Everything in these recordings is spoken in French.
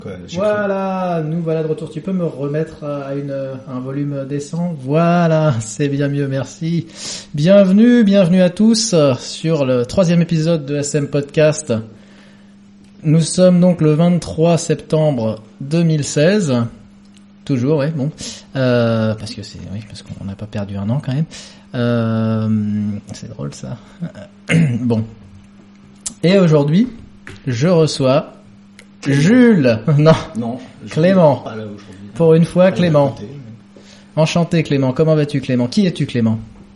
Voilà, nous voilà de retour. Tu peux me remettre à un volume décent? Voilà, c'est bien mieux, merci. Bienvenue à tous sur le 3e épisode de SM Podcast. Nous sommes donc le 23 septembre 2016. Toujours, ouais, bon. Parce qu'on n'a pas perdu un an quand même. C'est drôle ça. Bon. Et aujourd'hui, je reçois Jules. Non. Clément. Pour une fois, Clément. Enchanté, Clément. Comment vas-tu, Clément? Qui es-tu, Clément?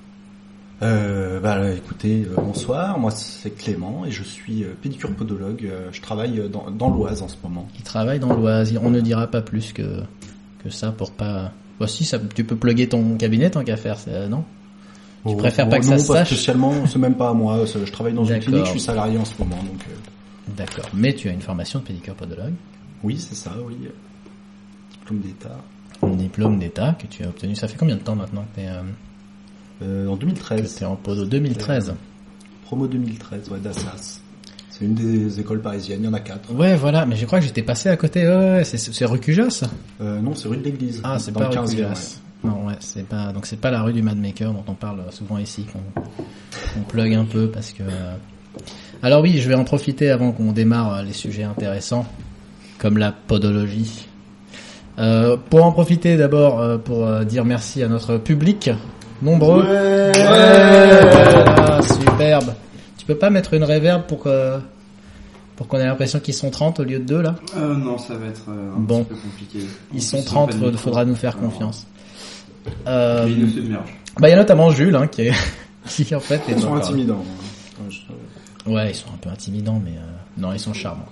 Écoutez, bonsoir. Moi, c'est Clément et je suis pédicure podologue. Je travaille dans l'Oise en ce moment. Il travaille dans l'Oise. On ne dira pas plus que ça pour pas. Bah si, ça, tu peux plugger ton cabinet tant qu'à faire, non? Tu préfères pas que ça se sache? Non, pas spécialement. C'est même pas à moi. Je travaille dans une clinique. Je suis salarié en ce moment, donc. D'accord. Mais tu as une formation de pédicure podologue? Oui, c'est ça, oui. Diplôme d'État. Un diplôme d'État que tu as obtenu. Ça fait combien de temps maintenant que t'es en 2013. T'es en podo 2013. Promo 2013, ouais, d'Assas. C'est une des écoles parisiennes, il y en a 4. Ouais, voilà, mais je crois que j'étais passé à côté. Ouais, c'est rue Cujas? Non, c'est rue de l'Église. Ah, c'est pas rue Cujas. Ouais. Non, ouais, c'est pas la rue du Madmaker dont on parle souvent ici, qu'on plug un peu parce que. Alors oui, je vais en profiter avant qu'on démarre les sujets intéressants, comme la podologie. Pour en profiter d'abord pour dire merci à notre public nombreux. Ouais voilà, superbe. Tu peux pas mettre une reverb pour qu'on ait l'impression qu'ils sont 30 au lieu de 2 là? Non, ça va être un petit peu compliqué. Ils sont 30, faudra nous faire confiance. Il ne submerge. Bah il y a notamment Jules qui en fait ils sont intimidants. Ouais, ils sont un peu intimidants, mais non, ils sont charmants.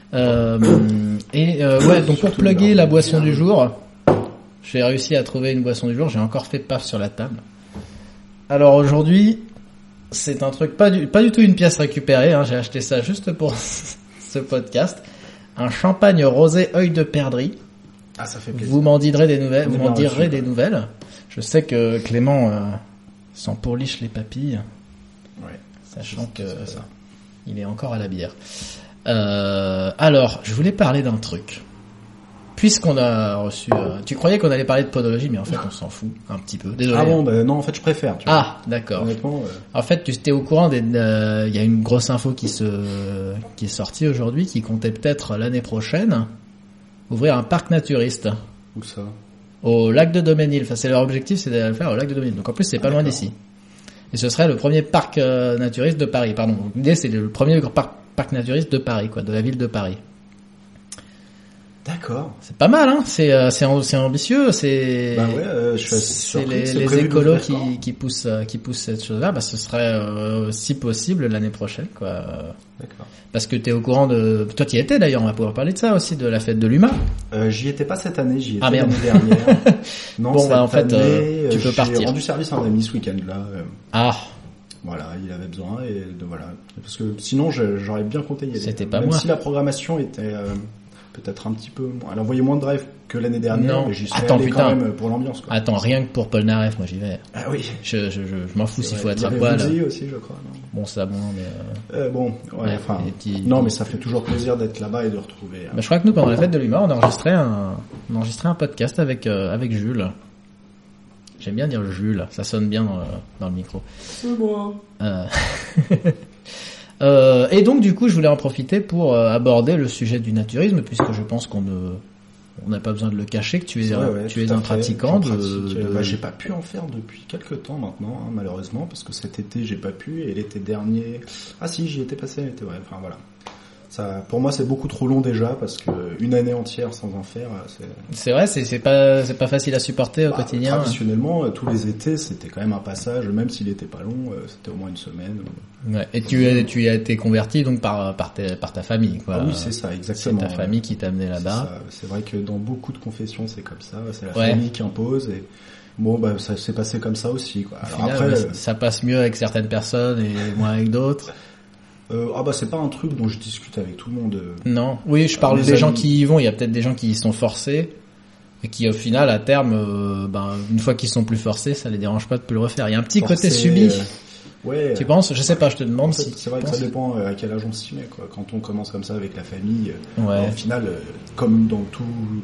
Ouais, donc pour plugger la boisson du jour, j'ai réussi à trouver une boisson du jour. J'ai encore fait paf sur la table. Alors aujourd'hui, c'est un truc pas du tout une pièce récupérée. J'ai acheté ça juste pour ce podcast. Un champagne rosé œil de perdrix. Ah, ça fait plaisir. Vous m'en direz des nouvelles. Vous m'en direz des nouvelles. Je sais que Clément s'en pourliche les papilles. Ouais. Sachant que il est encore à la bière. Alors, je voulais parler d'un truc. Puisqu'on a reçu... tu croyais qu'on allait parler de podologie, mais en fait, on s'en fout un petit peu. Désolé. Ah bon, non, en fait, je préfère. Tu vois. Ah, d'accord. Honnêtement... En fait, tu étais au courant il y a une grosse info qui est sortie aujourd'hui, qui comptait peut-être l'année prochaine ouvrir un parc naturiste. Où ça? Au lac de Doménil. Enfin, c'est leur objectif, c'est de le faire au lac de Doménil. Donc en plus, c'est pas loin d'ici. Et ce serait le premier parc naturiste de Paris. Pardon. L'idée, c'est le premier parc naturiste de Paris, quoi, de la ville de Paris. D'accord. C'est pas mal, hein. C'est ambitieux. C'est. Bah ouais. C'est les écolos qui poussent cette chose-là. Bah, ce serait si possible l'année prochaine, quoi. D'accord. Parce que t'es au courant de. Toi, t'y étais d'ailleurs. On va pouvoir parler de ça aussi, de la fête de l'UMA. J'y étais pas cette année. J'y étais merde. l'année dernière. Non, bon, bah en fait, tu peux partir. J'ai rendu service à un ami ce week-end-là. Voilà, il avait besoin et voilà. Parce que sinon, j'aurais bien compté y aller. C'était pas Même moi. Si la programmation était peut-être un petit peu moins. Elle envoyait moins de drive que l'année dernière, mais j'y suis allé quand même pour l'ambiance, quoi. Attends, rien que pour Polnareff, moi j'y vais. Ah oui. Je m'en fous s'il faut être à poil. poil. Il y avait aussi, je crois. Non bon, ça, bon, mais. Non, mais ça fait toujours plaisir d'être là-bas et de retrouver. Bah, je crois que nous, pendant la fête de l'humour, on a enregistré un podcast avec Jules. J'aime bien dire Jules, ça sonne bien dans le micro. C'est moi. Et donc du coup, je voulais en profiter pour aborder le sujet du naturisme, puisque je pense qu'on n'a pas besoin de le cacher, que tu es un pratiquant. J'ai pas pu en faire depuis quelques temps maintenant, hein, malheureusement, parce que cet été j'ai pas pu, et l'été dernier, ah si, j'y étais passé l'été, ouais. Enfin voilà. Ça, pour moi, c'est beaucoup trop long déjà, parce que une année entière sans en faire, c'est vrai, c'est pas facile à supporter au quotidien. Traditionnellement, tous les étés, c'était quand même un passage, même s'il était pas long, c'était au moins une semaine. Ouais. Et tu as été converti donc par ta famille, quoi. Ah oui, c'est ça, exactement. C'est ta famille qui t'a amené là-bas. C'est vrai que dans beaucoup de confessions, c'est comme ça. C'est la famille qui impose et bon, bah, ça s'est passé comme ça aussi, quoi. Alors final, après, ça passe mieux avec certaines personnes et moins avec d'autres. C'est pas un truc dont je discute avec tout le monde. Non. Oui, je parle des gens qui y vont. Il y a peut-être des gens qui y sont forcés et qui, au final, à terme, une fois qu'ils sont plus forcés, ça les dérange pas de plus le refaire. Il y a un petit côté subi. Ouais. Tu penses? Je sais pas, je te demande en fait, si. C'est vrai que ça dépend à quel âge on s'y met, quoi. Quand on commence comme ça avec la famille, Ouais. au final, comme dans toutes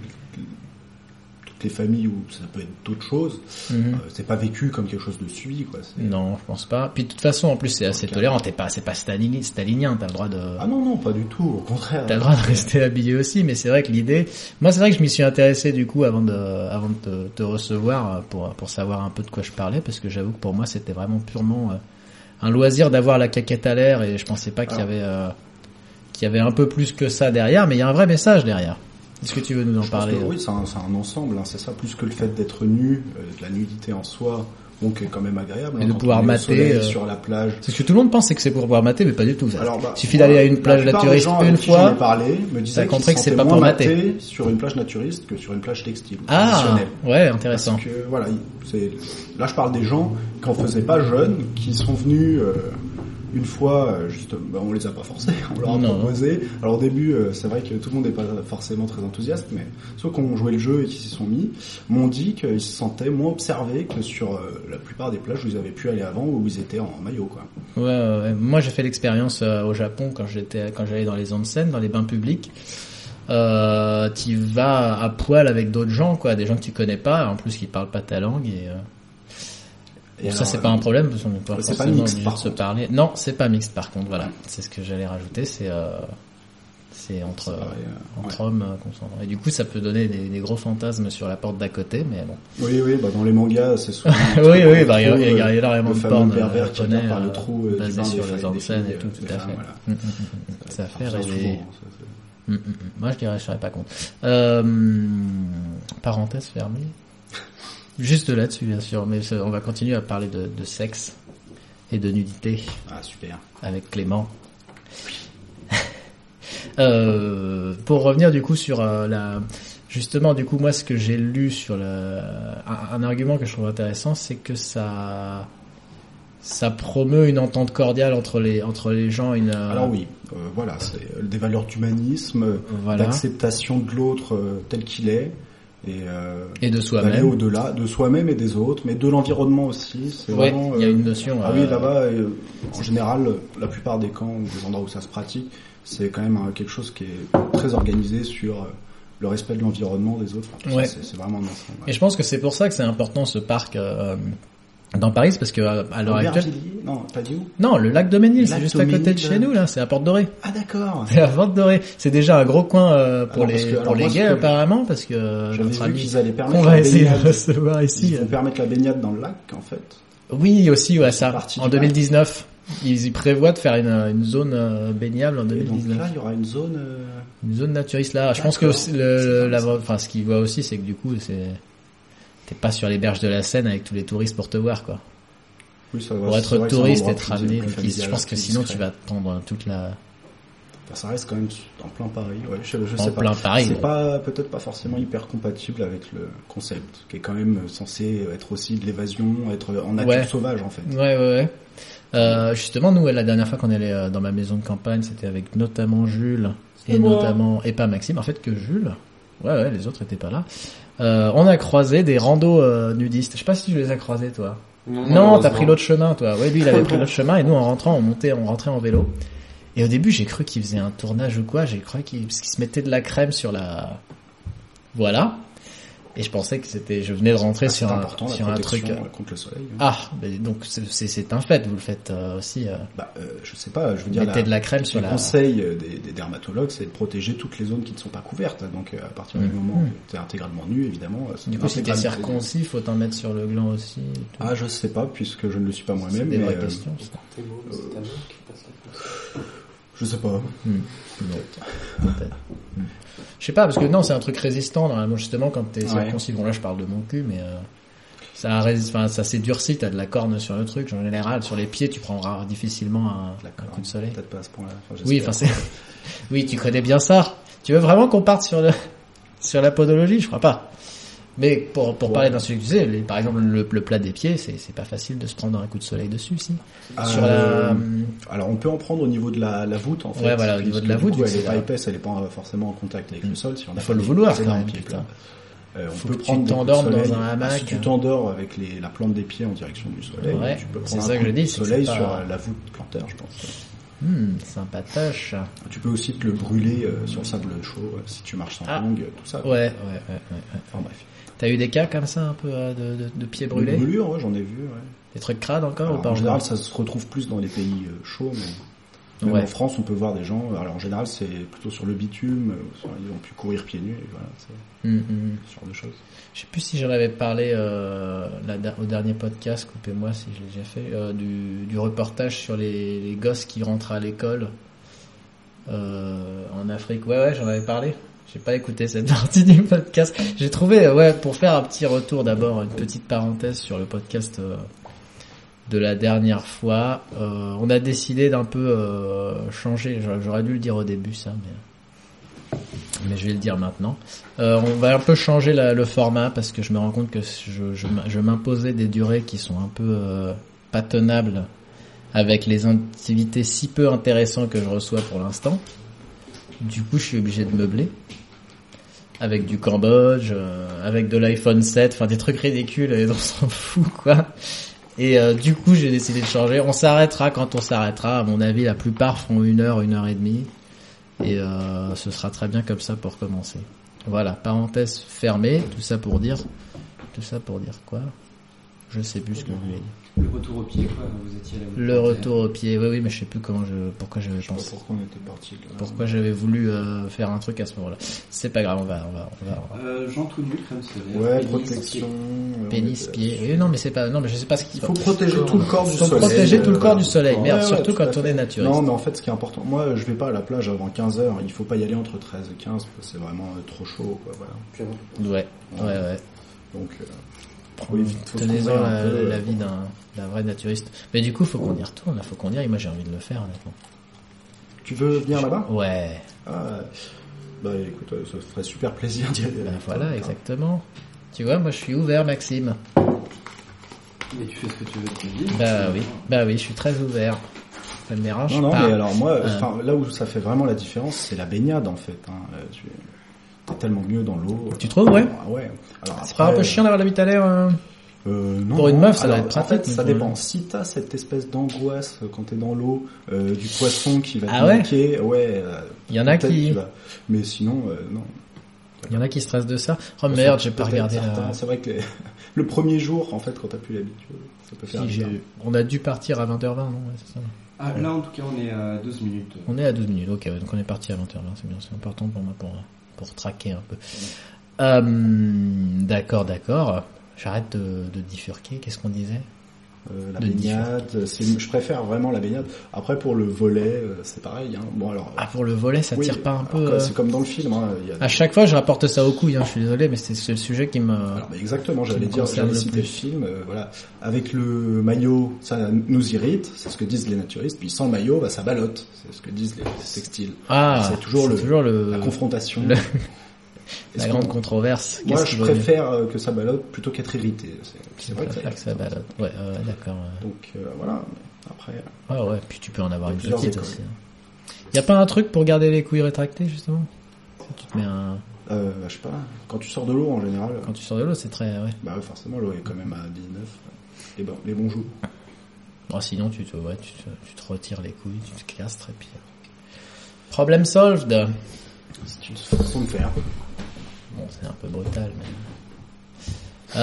les familles où ça peut être d'autres choses, c'est pas vécu comme quelque chose de suivi, quoi. Non, je pense pas. Puis de toute façon, en plus, c'est assez tolérant. C'est pas stalinien, t'as le droit de... Ah non, pas du tout, au contraire. T'as le droit de rester habillé aussi, mais c'est vrai que l'idée... Moi, c'est vrai que je m'y suis intéressé, du coup, avant de te recevoir, pour savoir un peu de quoi je parlais, parce que j'avoue que pour moi, c'était vraiment purement un loisir d'avoir la caquette à l'air, et je pensais pas qu'il y avait un peu plus que ça derrière, mais il y a un vrai message derrière. Est-ce que tu veux nous en parler? Oui, c'est un ensemble, hein, c'est ça, plus que le fait d'être nu, de la nudité en soi, donc est quand même agréable. Et de pouvoir mater sur la plage. C'est ce que tout le monde pense, c'est que c'est pour pouvoir mater, mais pas du tout. Ça. Alors, il suffit d'aller à une plage naturiste une fois. Me disaient compris que c'est pas pour mater sur une plage naturiste que sur une plage textile. Ah, ouais, intéressant. Parce que voilà, là je parle des gens qui en faisaient pas jeunes, qui sont venus une fois, on les a pas forcés, on leur a proposé. Alors au début, c'est vrai que tout le monde n'est pas forcément très enthousiaste, mais ceux qui ont joué le jeu et qui s'y sont mis m'ont dit qu'ils se sentaient moins observés que sur la plupart des plages où ils avaient pu aller avant, où ils étaient en maillot, quoi. Ouais. Moi, j'ai fait l'expérience au Japon quand j'allais dans les onsen, dans les bains publics. Tu vas à poil avec d'autres gens, quoi, des gens que tu connais pas, en plus qui parlent pas ta langue et bon, alors, ça c'est pas un problème parce qu'on n'est pas forcément obligé de se parler. Non, c'est pas mixte par contre, voilà. C'est ce que j'allais rajouter, c'est entre hommes consentants. Et du coup, ça peut donner des gros fantasmes sur la porte d'à côté, mais bon. Oui, dans les mangas, c'est souvent. oui, il y a énormément de porn japonais par le trou basé sur les onsen et tout à fait. Voilà. Ça fait rêver. Moi, je dirais, je serais pas contre. Parenthèse fermée. Juste là-dessus, bien sûr, mais on va continuer à parler de sexe et de nudité. Ah, super. Avec Clément. Pour revenir du coup sur justement, du coup, moi, ce que j'ai lu sur un argument que je trouve intéressant, c'est que ça promeut une entente cordiale entre les gens. Alors oui, voilà, c'est des valeurs d'humanisme, d'acceptation de l'autre tel qu'il est. Et de soi-même. D'aller au-delà de soi-même et des autres, mais de l'environnement aussi. C'est vraiment, il y a une notion. Ah oui, là-bas, en général, la plupart des camps ou des endroits où ça se pratique, c'est quand même quelque chose qui est très organisé sur le respect de l'environnement des autres. Enfin, c'est vraiment un ensemble. Et je pense que c'est pour ça que c'est important ce parc dans Paris, parce que à l'heure actuelle. Non, pas du tout. Non, le lac Daumesnil, c'est juste à côté de chez nous, là, c'est à Porte Dorée. Ah d'accord. C'est à Porte Dorée. C'est déjà un gros coin pour les gays apparemment, parce que notre ami qu'on va essayer de recevoir ici. Ils vont permettre la baignade dans le lac, en fait. Oui, aussi, ça. En 2019, ils y prévoient de faire une zone baignable en 2019. Et donc là, il y aura une zone naturiste là. Je pense que ce qu'ils voient aussi, c'est que du coup, t'es pas sur les berges de la Seine avec tous les touristes pour te voir, quoi. Oui, ça va. Pour être touriste et être ramené, je pense que sinon tu vas prendre toute la... Enfin, ça reste quand même en plein Paris, ouais. Je sais en plein Paris. C'est peut-être pas forcément hyper compatible avec le concept, qui est quand même censé être aussi de l'évasion, être en nature sauvage, en fait. Ouais. Justement, nous, la dernière fois qu'on allait dans ma maison de campagne, c'était avec notamment Jules et pas Maxime, en fait que Jules. Ouais, les autres étaient pas là. On a croisé des randos nudistes. Je sais pas si tu les as croisés, toi. Non, t'as pris l'autre chemin, toi. Ouais, lui, il avait pris l'autre chemin, et nous, en rentrant, on rentrait en vélo. Et au début, j'ai cru qu'il faisait un tournage ou quoi. J'ai cru qu'il se mettait de la crème sur la... Voilà. Et je pensais que je venais de rentrer sur un truc contre le soleil. Hein. Ah, donc c'est un fait, vous le faites aussi. Je sais pas, je veux dire mettez de la crème sur le conseil des dermatologues, c'est de protéger toutes les zones qui ne sont pas couvertes. Donc à partir du moment où tu es intégralement nu, évidemment, du coup si tu es circoncis, faut t'en mettre sur le gland aussi. Ah, je sais pas puisque je ne le suis pas moi-même. C'est des vraies questions. Je sais pas. Peut-être. Je sais pas, parce que non, c'est un truc résistant, normalement, justement, quand t'es circoncis. Bon, là, je parle de mon cul, mais ça s'est durci, t'as de la corne sur le truc. En général, sur les pieds, tu prendras difficilement un coup de soleil. Peut-être pas à ce point-là. Oui, tu connais bien ça. Tu veux vraiment qu'on parte sur la podologie? Je crois pas. Mais pour parler d'un sujet que tu sais, par exemple le plat des pieds, c'est pas facile de se prendre un coup de soleil dessus, si. Alors on peut en prendre au niveau de la voûte, en fait. Ouais, voilà, au niveau de la voûte. Elle est pas épaisse, elle est pas forcément en contact avec le sol. Si on faut le vouloir, quand même. On peut prendre tu t'endormes dans un hamac. Si tu t'endors avec la plante des pieds en direction du soleil, tu peux prendre un coup de soleil sur la voûte plantaire, je pense. Sympatoche. Tu peux aussi te le brûler sur le sable chaud si tu marches sans tongs, tout ça. Ouais. Enfin bref. T'as eu des cas comme ça un peu de pieds brûlés? Des brûlures, ouais, j'en ai vu, ouais. Des trucs crades encore ou pas? En général, ça se retrouve plus dans les pays chauds, mais même en France, on peut voir des gens. Alors en général, c'est plutôt sur le bitume, ils ont pu courir pieds nus, et voilà, c'est ce genre de choses. Je sais plus si j'en avais parlé au dernier podcast, coupez-moi si je l'ai déjà fait, du reportage sur les gosses qui rentrent à l'école en Afrique. Ouais, j'en avais parlé. J'ai pas écouté cette partie du podcast. J'ai trouvé, pour faire un petit retour d'abord, une petite parenthèse sur le podcast de la dernière fois. On a décidé d'un peu changer. J'aurais dû le dire au début, ça, mais je vais le dire maintenant. On va un peu changer le format parce que je me rends compte que je m'imposais des durées qui sont un peu pas tenables avec les invités si peu intéressants que je reçois pour l'instant. Du coup, je suis obligé de meubler avec du Cambodge, avec de l'iPhone 7, enfin des trucs ridicules et on s'en fout quoi. Et du coup, j'ai décidé de changer. On s'arrêtera quand on s'arrêtera. À mon avis, la plupart feront 1 heure, 1 heure et demie. Et ce sera très bien comme ça pour commencer. Voilà, parenthèse fermée. Tout ça pour dire quoi? Je sais plus ce que vous voulez dire. Le retour au pied, quoi. Vous étiez là. Le retour au pied, oui, mais je sais plus pourquoi j'avais pensé. Pourquoi on était parti là. Pourquoi j'avais voulu faire un truc à ce moment-là. C'est pas grave, on va. Jean tout nu, crème solaire. Ouais, protection. Pénis, pied. Non, mais c'est pas. Non, mais je sais pas ce qu'il faut. Il faut protéger tout le corps du soleil. Protéger tout le corps du soleil. Merde, surtout quand on est naturiste. Non, mais en fait, ce qui est important. Moi, je vais pas à la plage avant 15h. Il faut pas y aller entre 13 et 15 parce que c'est vraiment trop chaud, quoi. Voilà. Ouais. Donc. Tenez-en la vie d'un vrai naturiste. Mais du coup, faut qu'on y retourne, faut qu'on y aille. Moi, j'ai envie de le faire, honnêtement. Tu veux venir là-bas? Ouais. Bah, écoute, ça ferait super plaisir d'y aller. Voilà, exactement. Tu vois, moi, je suis ouvert, Maxime. Mais tu fais ce que tu veux de ta vie. Bah oui, je suis très ouvert. Ça me dérange pas. Non, mais alors moi, là où ça fait vraiment la différence, c'est la baignade, en fait. T'es tellement mieux dans l'eau. Tu trouves, ouais? Ouais. Alors, c'est pas un peu chiant d'avoir la bite à l'air non. Pour une meuf, ça doit être pratique. En fait, ça dépend. Si t'as cette espèce d'angoisse quand t'es dans l'eau, du poisson qui va te niquer, il y en a qui... Mais sinon, non. Il y en a qui stressent de ça. Oh merde, j'ai pas regardé C'est vrai que le premier jour, en fait, quand t'as plus l'habitude, ça peut faire On a dû partir à 20h20, non? Ouais, c'est ça. Là, en tout cas, on est à 12 minutes. On est à 12 minutes, ok. Donc on est parti à 20h20, c'est bien. C'est important pour moi pour traquer un peu. D'accord. J'arrête de bifurquer. Qu'est-ce qu'on disait? La baignade, je préfère vraiment la baignade. Après pour le volet, c'est pareil. Hein. Bon alors. Pour le volet, ça tire pas un peu. C'est comme dans le film. Hein. À chaque fois, je rapporte ça aux couilles. Hein. Je suis désolé, mais c'est le sujet qui me. Alors, exactement. J'allais citer le film. Voilà. Avec le maillot, ça nous irrite. C'est ce que disent les naturistes. Puis sans le maillot, ça ballotte. C'est ce que disent les textiles. C'est toujours la confrontation. La grande controverse. Moi, je préfère que ça ballotte plutôt qu'être irrité. C'est vrai que ça ballotte. Ouais, d'accord. Donc voilà. Après. Ouais. Puis tu peux en avoir une petite aussi. Y a pas un truc pour garder les couilles rétractées justement? Tu te mets un. Je sais pas. Quand tu sors de l'eau en général. Quand tu sors de l'eau, c'est très. Ouais. Bah forcément, l'eau est quand même à 19. Les bons jours. Bon, sinon tu te retires les couilles, tu te castres et puis. Problème solved. C'est une façon de faire. Bon, c'est un peu brutal, mais...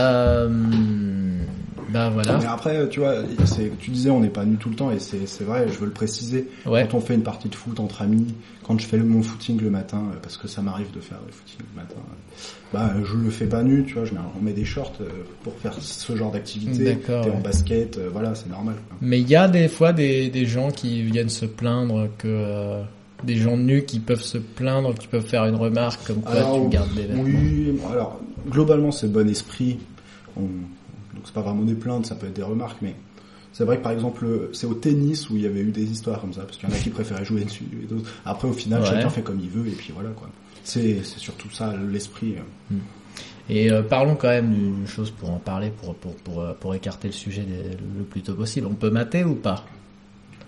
voilà. Mais après, tu vois, tu disais on n'est pas nus tout le temps, et c'est vrai, je veux le préciser. Ouais. Quand on fait une partie de foot entre amis, quand je fais mon footing le matin, parce que ça m'arrive de faire le footing le matin, je le fais pas nu, tu vois, on met des shorts pour faire ce genre d'activité. T'es en basket, voilà, c'est normal. Quoi. Mais il y a des fois des gens qui viennent se plaindre que... des gens nus qui peuvent se plaindre, qui peuvent faire une remarque comme quoi tu gardes des vêtements. Oui, alors globalement c'est bon esprit. Donc c'est pas vraiment des plaintes, ça peut être des remarques, mais c'est vrai que par exemple c'est au tennis où il y avait eu des histoires comme ça, parce qu'il y en a qui préféraient jouer dessus et d'autres. Après au final chacun fait comme il veut et puis voilà quoi. C'est surtout ça l'esprit. Et parlons quand même d'une chose pour en parler, pour écarter le sujet le plus tôt possible. On peut mater ou pas?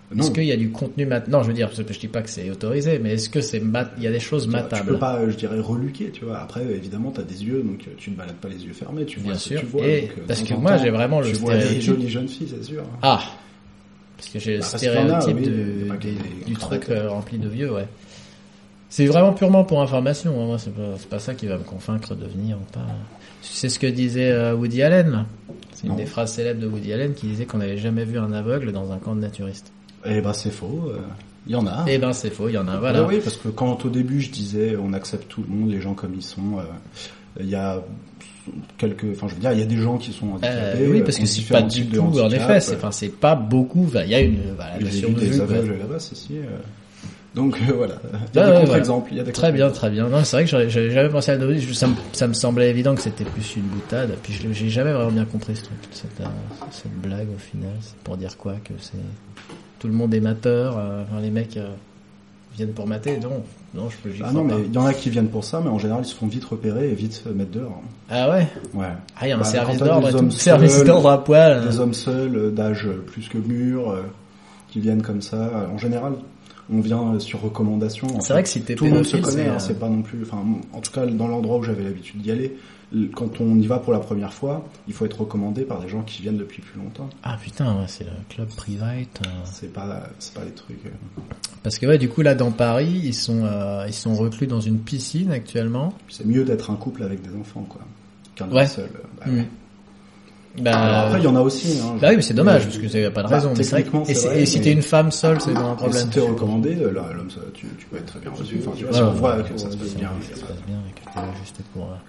Non. Est-ce qu'il y a du contenu non, je veux dire, je dis pas que c'est autorisé, mais est-ce que il y a des choses matables? Tu peux pas, je dirais, reluquer, tu vois. Après, évidemment, t'as des yeux, donc tu ne balades pas les yeux fermés, tu vois Bien ce sûr. que tu vois. Et donc, parce que moi, j'ai vraiment le tu vois des stéréotype. jolies jeunes filles, c'est sûr. Ah! Parce que j'ai le stéréotype du truc truc rempli de vieux, ouais. C'est vraiment purement pour information, hein. Moi, c'est pas ça qui va me convaincre de venir ou pas. C'est ce que disait Woody Allen, là. C'est une des phrases célèbres de Woody Allen qui disait qu'on n'avait jamais vu un aveugle dans un camp de naturistes. Eh ben, c'est faux. Il y en a. Eh ben, c'est faux, il y en a, voilà. Oui, parce que quand au début je disais on accepte tout le monde, les gens comme ils sont, il y a il y a des gens qui sont handicapés. Oui, parce que c'est pas du tout, en effet, c'est pas beaucoup, il y a une, j'ai vu des aveugles là-bas, donc voilà, il y a des contre-exemples. Très bien. Non, c'est vrai que j'avais jamais pensé à le ça me semblait évident que c'était plus une boutade. Puis j'ai jamais vraiment bien compris ce truc, cette blague au final. C'est pour dire quoi, que c'est tout le monde est mateur. Les mecs viennent pour mater. Non, je peux. Non, mais il y en a qui viennent pour ça, mais en général ils se font vite repérer et vite mettre dehors. Ah ouais. Ouais. Ah, il y a un service d'ordre, service d'ordre à poil. Des hommes seuls d'âge plus que mûr qui viennent comme ça. En général. On vient sur recommandation. C'est vrai que si t'es tout le monde se connaît, c'est pas non plus. Enfin, en tout cas, dans l'endroit où j'avais l'habitude d'y aller, quand on y va pour la première fois, il faut être recommandé par des gens qui viennent depuis plus longtemps. Ah putain, ouais, c'est le club private. C'est pas des trucs. Parce que ouais, du coup là dans Paris, ils sont reclus dans une piscine actuellement. C'est mieux d'être un couple avec des enfants, quoi, qu'un seul. Alors après, il y peux aussi. Hein, oui, mais c'est dommage parce que c'est pas de raison. Et si t'es une femme seule, c'est un problème. Si t'es recommandé, l'homme, tu peux être très bien reçu. Enfin, tu vois, si on voit que ça se passe bien, et que t'es là juste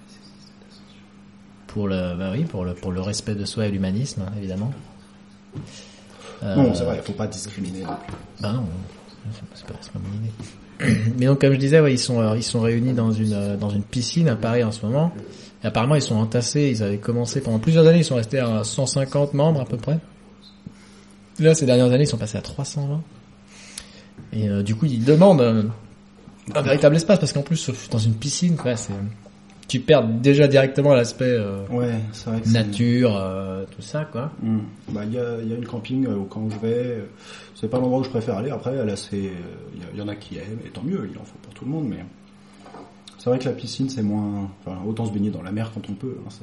pour le respect de soi et l'humanisme, évidemment. Non, c'est vrai, il faut pas discriminer non plus. Bah non, c'est pas mon idée. Mais donc, comme je disais, ouais, ils sont réunis dans une piscine à Paris en ce moment. Et apparemment, ils sont entassés. Ils avaient commencé pendant plusieurs années. Ils sont restés à 150 membres à peu près. Là, ces dernières années, ils sont passés à 320. Et du coup, ils demandent un véritable espace parce qu'en plus, dans une piscine, quoi, tu perds déjà directement l'aspect c'est vrai que nature, tout ça, quoi. Bah, il y a une camping au camp où je vais. C'est pas l'endroit où je préfère aller. Après, là, il y en a qui aiment, et tant mieux. Il en faut pour tout le monde, mais. C'est vrai que la piscine, c'est moins... Enfin, autant se baigner dans la mer quand on peut. Hein,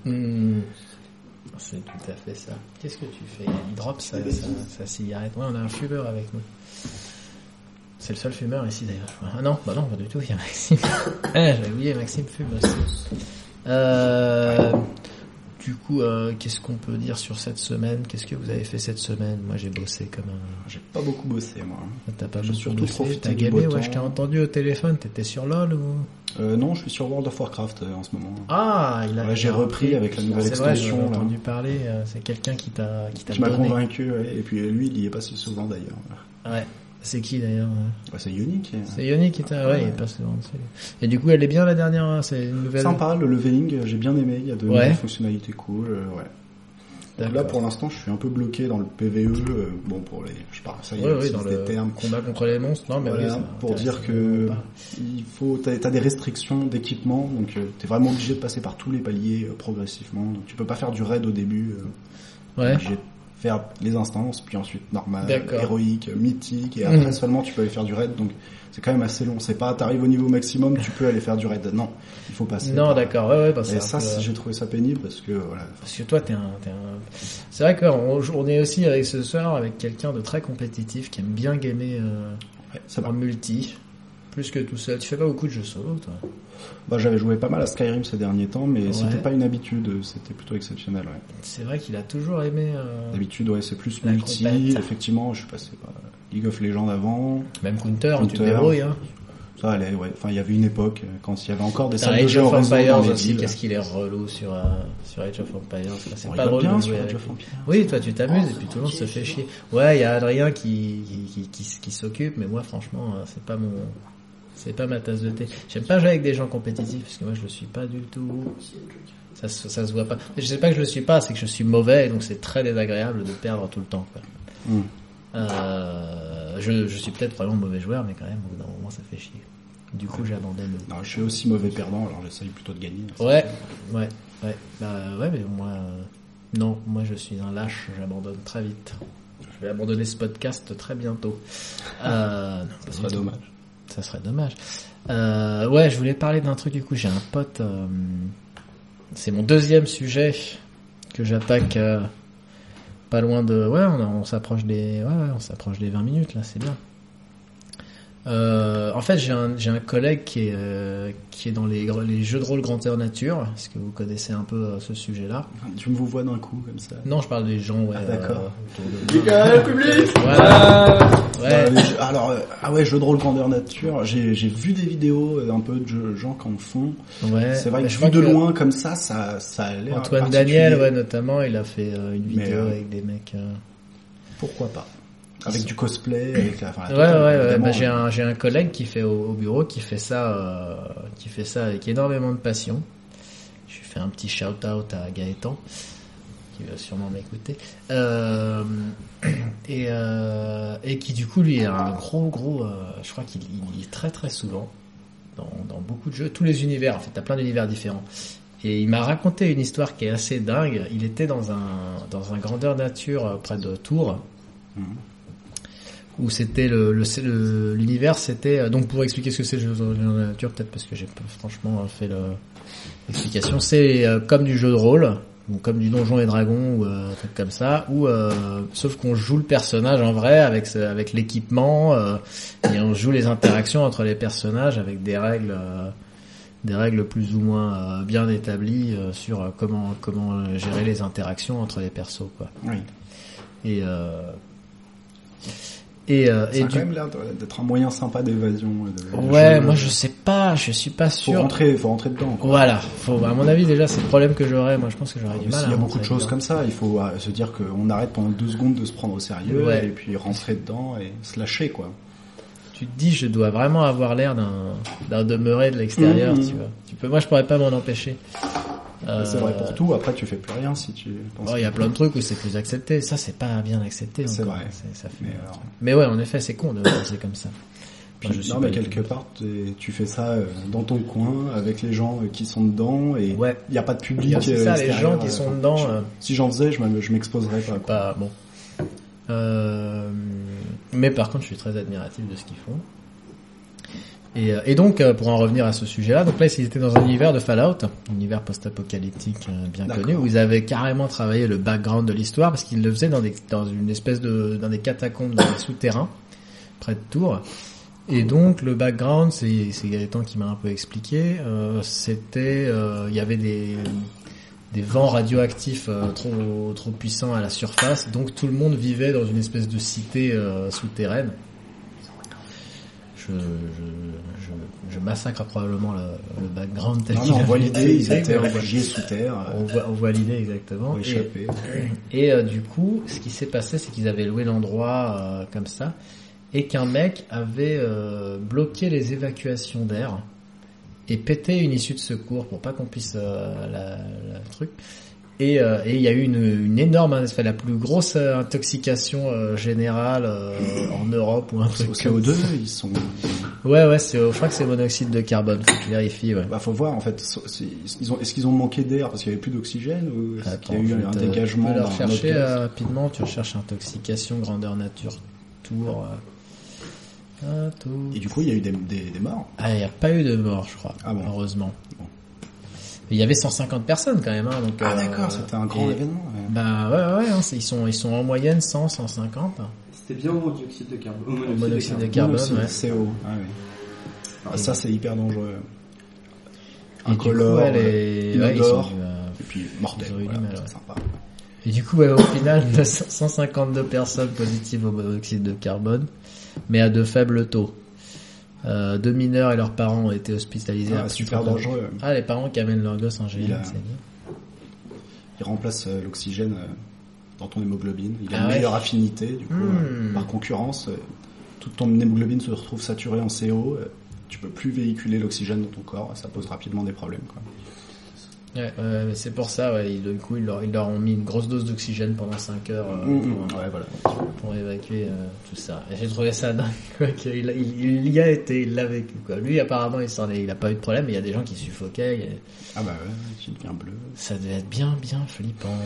c'est tout à fait ça. Qu'est-ce que tu fais? Il drop sa cigarette. Ouais, on a un fumeur avec nous. C'est le seul fumeur ici, d'ailleurs. Ah non, pas du tout, il y a Maxime. J'avais oublié, Maxime fume aussi. Du coup, qu'est-ce qu'on peut dire sur cette semaine? Qu'est-ce que vous avez fait cette semaine? Moi, j'ai bossé comme un... J'ai pas beaucoup bossé, moi. T'as pas beaucoup bossé? T'as gamé? Ouais, je t'ai entendu au téléphone. T'étais sur LoL ou... Non, je suis sur World of Warcraft en ce moment. Ah, j'ai repris avec la nouvelle extension. J'ai entendu parler. C'est quelqu'un qui t'a m'a convaincu. Ouais, et puis lui, il y est pas si souvent d'ailleurs. Ouais. C'est qui d'ailleurs? C'est Yonick. C'est Yonick qui t'a... Ouais, il est pas souvent dessus. Et du coup, elle est bien la dernière. C'est une nouvelle. Sympa, le leveling. J'ai bien aimé. Il y a de nouvelles fonctionnalités cool. Ouais. Donc là, pour l'instant, je suis un peu bloqué dans le PVE. Bon, pour les, je parle, ça y est, dans des le termes. Combat contre les monstres. Non, mais voilà, pour dire que t'as des restrictions d'équipement, donc t'es vraiment obligé de passer par tous les paliers progressivement. Donc tu peux pas faire du raid au début. Obligé de faire les instances, puis ensuite normal, héroïque, mythique, et après seulement tu peux aller faire du raid. Donc c'est quand même assez long. C'est pas t'arrives au niveau maximum, tu peux aller faire du raid. Non, il faut passer. Non, d'accord. Ouais, et ça, j'ai trouvé ça pénible parce que voilà. Parce que toi, t'es un. C'est vrai qu'on est aussi avec ce soir avec quelqu'un de très compétitif qui aime bien gamer en multi, plus que tout seul. Tu fais pas beaucoup de jeux solo, toi? Bah, j'avais joué pas mal à Skyrim ces derniers temps, mais c'était pas une habitude, c'était plutôt exceptionnel. Ouais. C'est vrai qu'il a toujours aimé. D'habitude, c'est plus multi. Effectivement, je suis passé par League of Legends avant. Même Counter. Tu te débrouilles, hein. Ça allait, ouais. Enfin, il y avait une époque quand il y avait encore des salles de Age jeux of Empires dans les aussi. villes. Qu'est-ce qu'il est relou sur Age of Empires. C'est pas drôle bien de jouer sur avec. Age of Empires. Oui, toi tu t'amuses et puis tout le monde se fait chier. Ouais, il y a Adrien qui s'occupe, mais moi franchement, c'est pas ma tasse de thé. J'aime pas jouer avec des gens compétitifs parce que moi je le suis pas du tout. Ça se voit pas. Je sais pas que je le suis pas, c'est que je suis mauvais et donc c'est très désagréable de perdre tout le temps, quoi. Je suis peut-être vraiment mauvais joueur, mais quand même, au bout d'un moment, ça fait chier. Du coup, j'abandonne. Non, je suis aussi mauvais perdant, alors j'essaye plutôt de gagner. Ouais. Bah, ouais, mais moi, non, moi je suis un lâche, j'abandonne très vite. Je vais abandonner ce podcast très bientôt. Ça serait dommage. Ça serait dommage. Ouais, je voulais parler d'un truc, du coup, j'ai un pote, c'est mon deuxième sujet que j'attaque pas loin de... Ouais, on s'approche des 20 minutes, là, c'est bien. En fait, j'ai un collègue qui est dans les jeux de rôle grandeur nature. Est-ce que vous connaissez un peu ce sujet-là? Tu me vous vois d'un coup comme ça? Non, je parle des gens. Ouais, d'accord. Public. Voilà. Ouais. Alors, jeux de rôle grandeur nature. J'ai vu des vidéos un peu de gens qui en font. Ouais. C'est vrai que vu de loin comme ça a l'air. Antoine Daniel, ouais, notamment, il a fait une vidéo avec des mecs. Pourquoi pas? Avec du cosplay, avec la. Ouais. Bah, j'ai un collègue qui fait au bureau qui fait ça avec énormément de passion. Je lui fais un petit shout out à Gaëtan qui va sûrement m'écouter. Et qui du coup lui est un gros. Je crois qu'il est très très souvent dans beaucoup de jeux, tous les univers. En fait, t'as plein d'univers différents. Et il m'a raconté une histoire qui est assez dingue. Il était dans un grandeur nature près de Tours. Où c'était l'univers, c'était donc pour expliquer ce que c'est le jeu de nature, peut-être parce que j'ai franchement fait l'explication, c'est comme du jeu de rôle ou comme du Donjons et Dragons ou un truc comme ça, ou sauf qu'on joue le personnage en vrai avec l'équipement et on joue les interactions entre les personnages avec des règles plus ou moins bien établies sur comment gérer les interactions entre les persos, quoi. Oui. Ça a quand même l'air d'être un moyen sympa d'évasion. Ouais, moi je sais pas, je suis pas sûr. Faut rentrer dedans, quoi. Voilà, à mon avis déjà c'est le problème que j'aurais. Moi je pense que j'aurais du mal. Il y a beaucoup de choses comme ça. Il faut se dire qu'on arrête pendant 2 secondes de se prendre au sérieux et puis rentrer dedans et se lâcher, quoi. Tu te dis, je dois vraiment avoir l'air d'un demeuré de l'extérieur, tu vois. Moi je pourrais pas m'en empêcher. C'est vrai pour tout. Après, tu fais plus rien si tu penses. Il y a plein de trucs où c'est plus accepté. Ça, c'est pas bien accepté. C'est encore. vrai. Ça fait. Mais ouais, en effet, c'est con de penser comme ça. Non, mais quelque part, tu fais ça dans ton coin avec les gens qui sont dedans et il y a pas de public. C'est ça, les gens qui sont dedans. Si j'en faisais, je m'exposerais pas. Pas bon. Mais par contre, je suis très admiratif de ce qu'ils font. Et donc, pour en revenir à ce sujet-là, donc là, ils étaient dans un univers de Fallout, un univers post-apocalyptique bien connu, où ils avaient carrément travaillé le background de l'histoire, parce qu'ils le faisaient dans une espèce dans des catacombes, dans des souterrains, près de Tours. Et donc, le background, c'est Gaëtan qui m'a un peu expliqué, il y avait des vents radioactifs trop puissants à la surface, donc tout le monde vivait dans une espèce de cité souterraine. Je massacre probablement le background tel qu'il on voit l'idée, ils étaient réfugiés sous terre. On voit l'idée exactement. Et du coup, ce qui s'est passé, c'est qu'ils avaient loué l'endroit comme ça, et qu'un mec avait bloqué les évacuations d'air et pété une issue de secours pour pas qu'on puisse la truc. Et il y a eu une énorme, la plus grosse intoxication générale en Europe ou un truc. Au CO2, ils sont. Ouais, je crois que c'est monoxyde de carbone. Faut que je vérifie. Ouais. Faut voir en fait. Est-ce qu'ils ont manqué d'air parce qu'il y avait plus d'oxygène ou est-ce qu'il y a eu un dégagement? Tu peux le rechercher rapidement. Tu recherches intoxication grandeur nature Tours. Et du coup, il y a eu des morts. Il n'y a pas eu de morts, je crois. Ah bon. Heureusement. Bon. Il y avait 150 personnes quand même, hein, donc. D'accord, c'était un grand événement. Ouais. Bah ouais, ils sont en moyenne 150. C'était bien au monoxyde de carbone. Au monoxyde de carbone, ouais. CO. Ça c'est hyper dangereux. Incolore, inodore, et puis mortel. C'est sympa. Et du coup, au final, 152 personnes positives au monoxyde de carbone, mais à de faibles taux. 2 mineurs et leurs parents ont été hospitalisés. Super dangereux. Les parents qui amènent leurs gosses en GN, c'est bien. Il remplace l'oxygène dans ton hémoglobine. Il a une meilleure affinité, du coup, par concurrence, toute ton hémoglobine se retrouve saturée en CO. Tu peux plus véhiculer l'oxygène dans ton corps. Ça pose rapidement des problèmes, quoi. Ouais, c'est pour ça, du coup, ils leur ont mis une grosse dose d'oxygène pendant 5 heures pour évacuer tout ça. Et j'ai trouvé ça dingue, quoi, il y a été, il l'a vécu, quoi. Lui, apparemment, il a pas eu de problème, mais il y a des gens qui suffoquaient. Tu deviens bleu. Ça devait être bien flippant.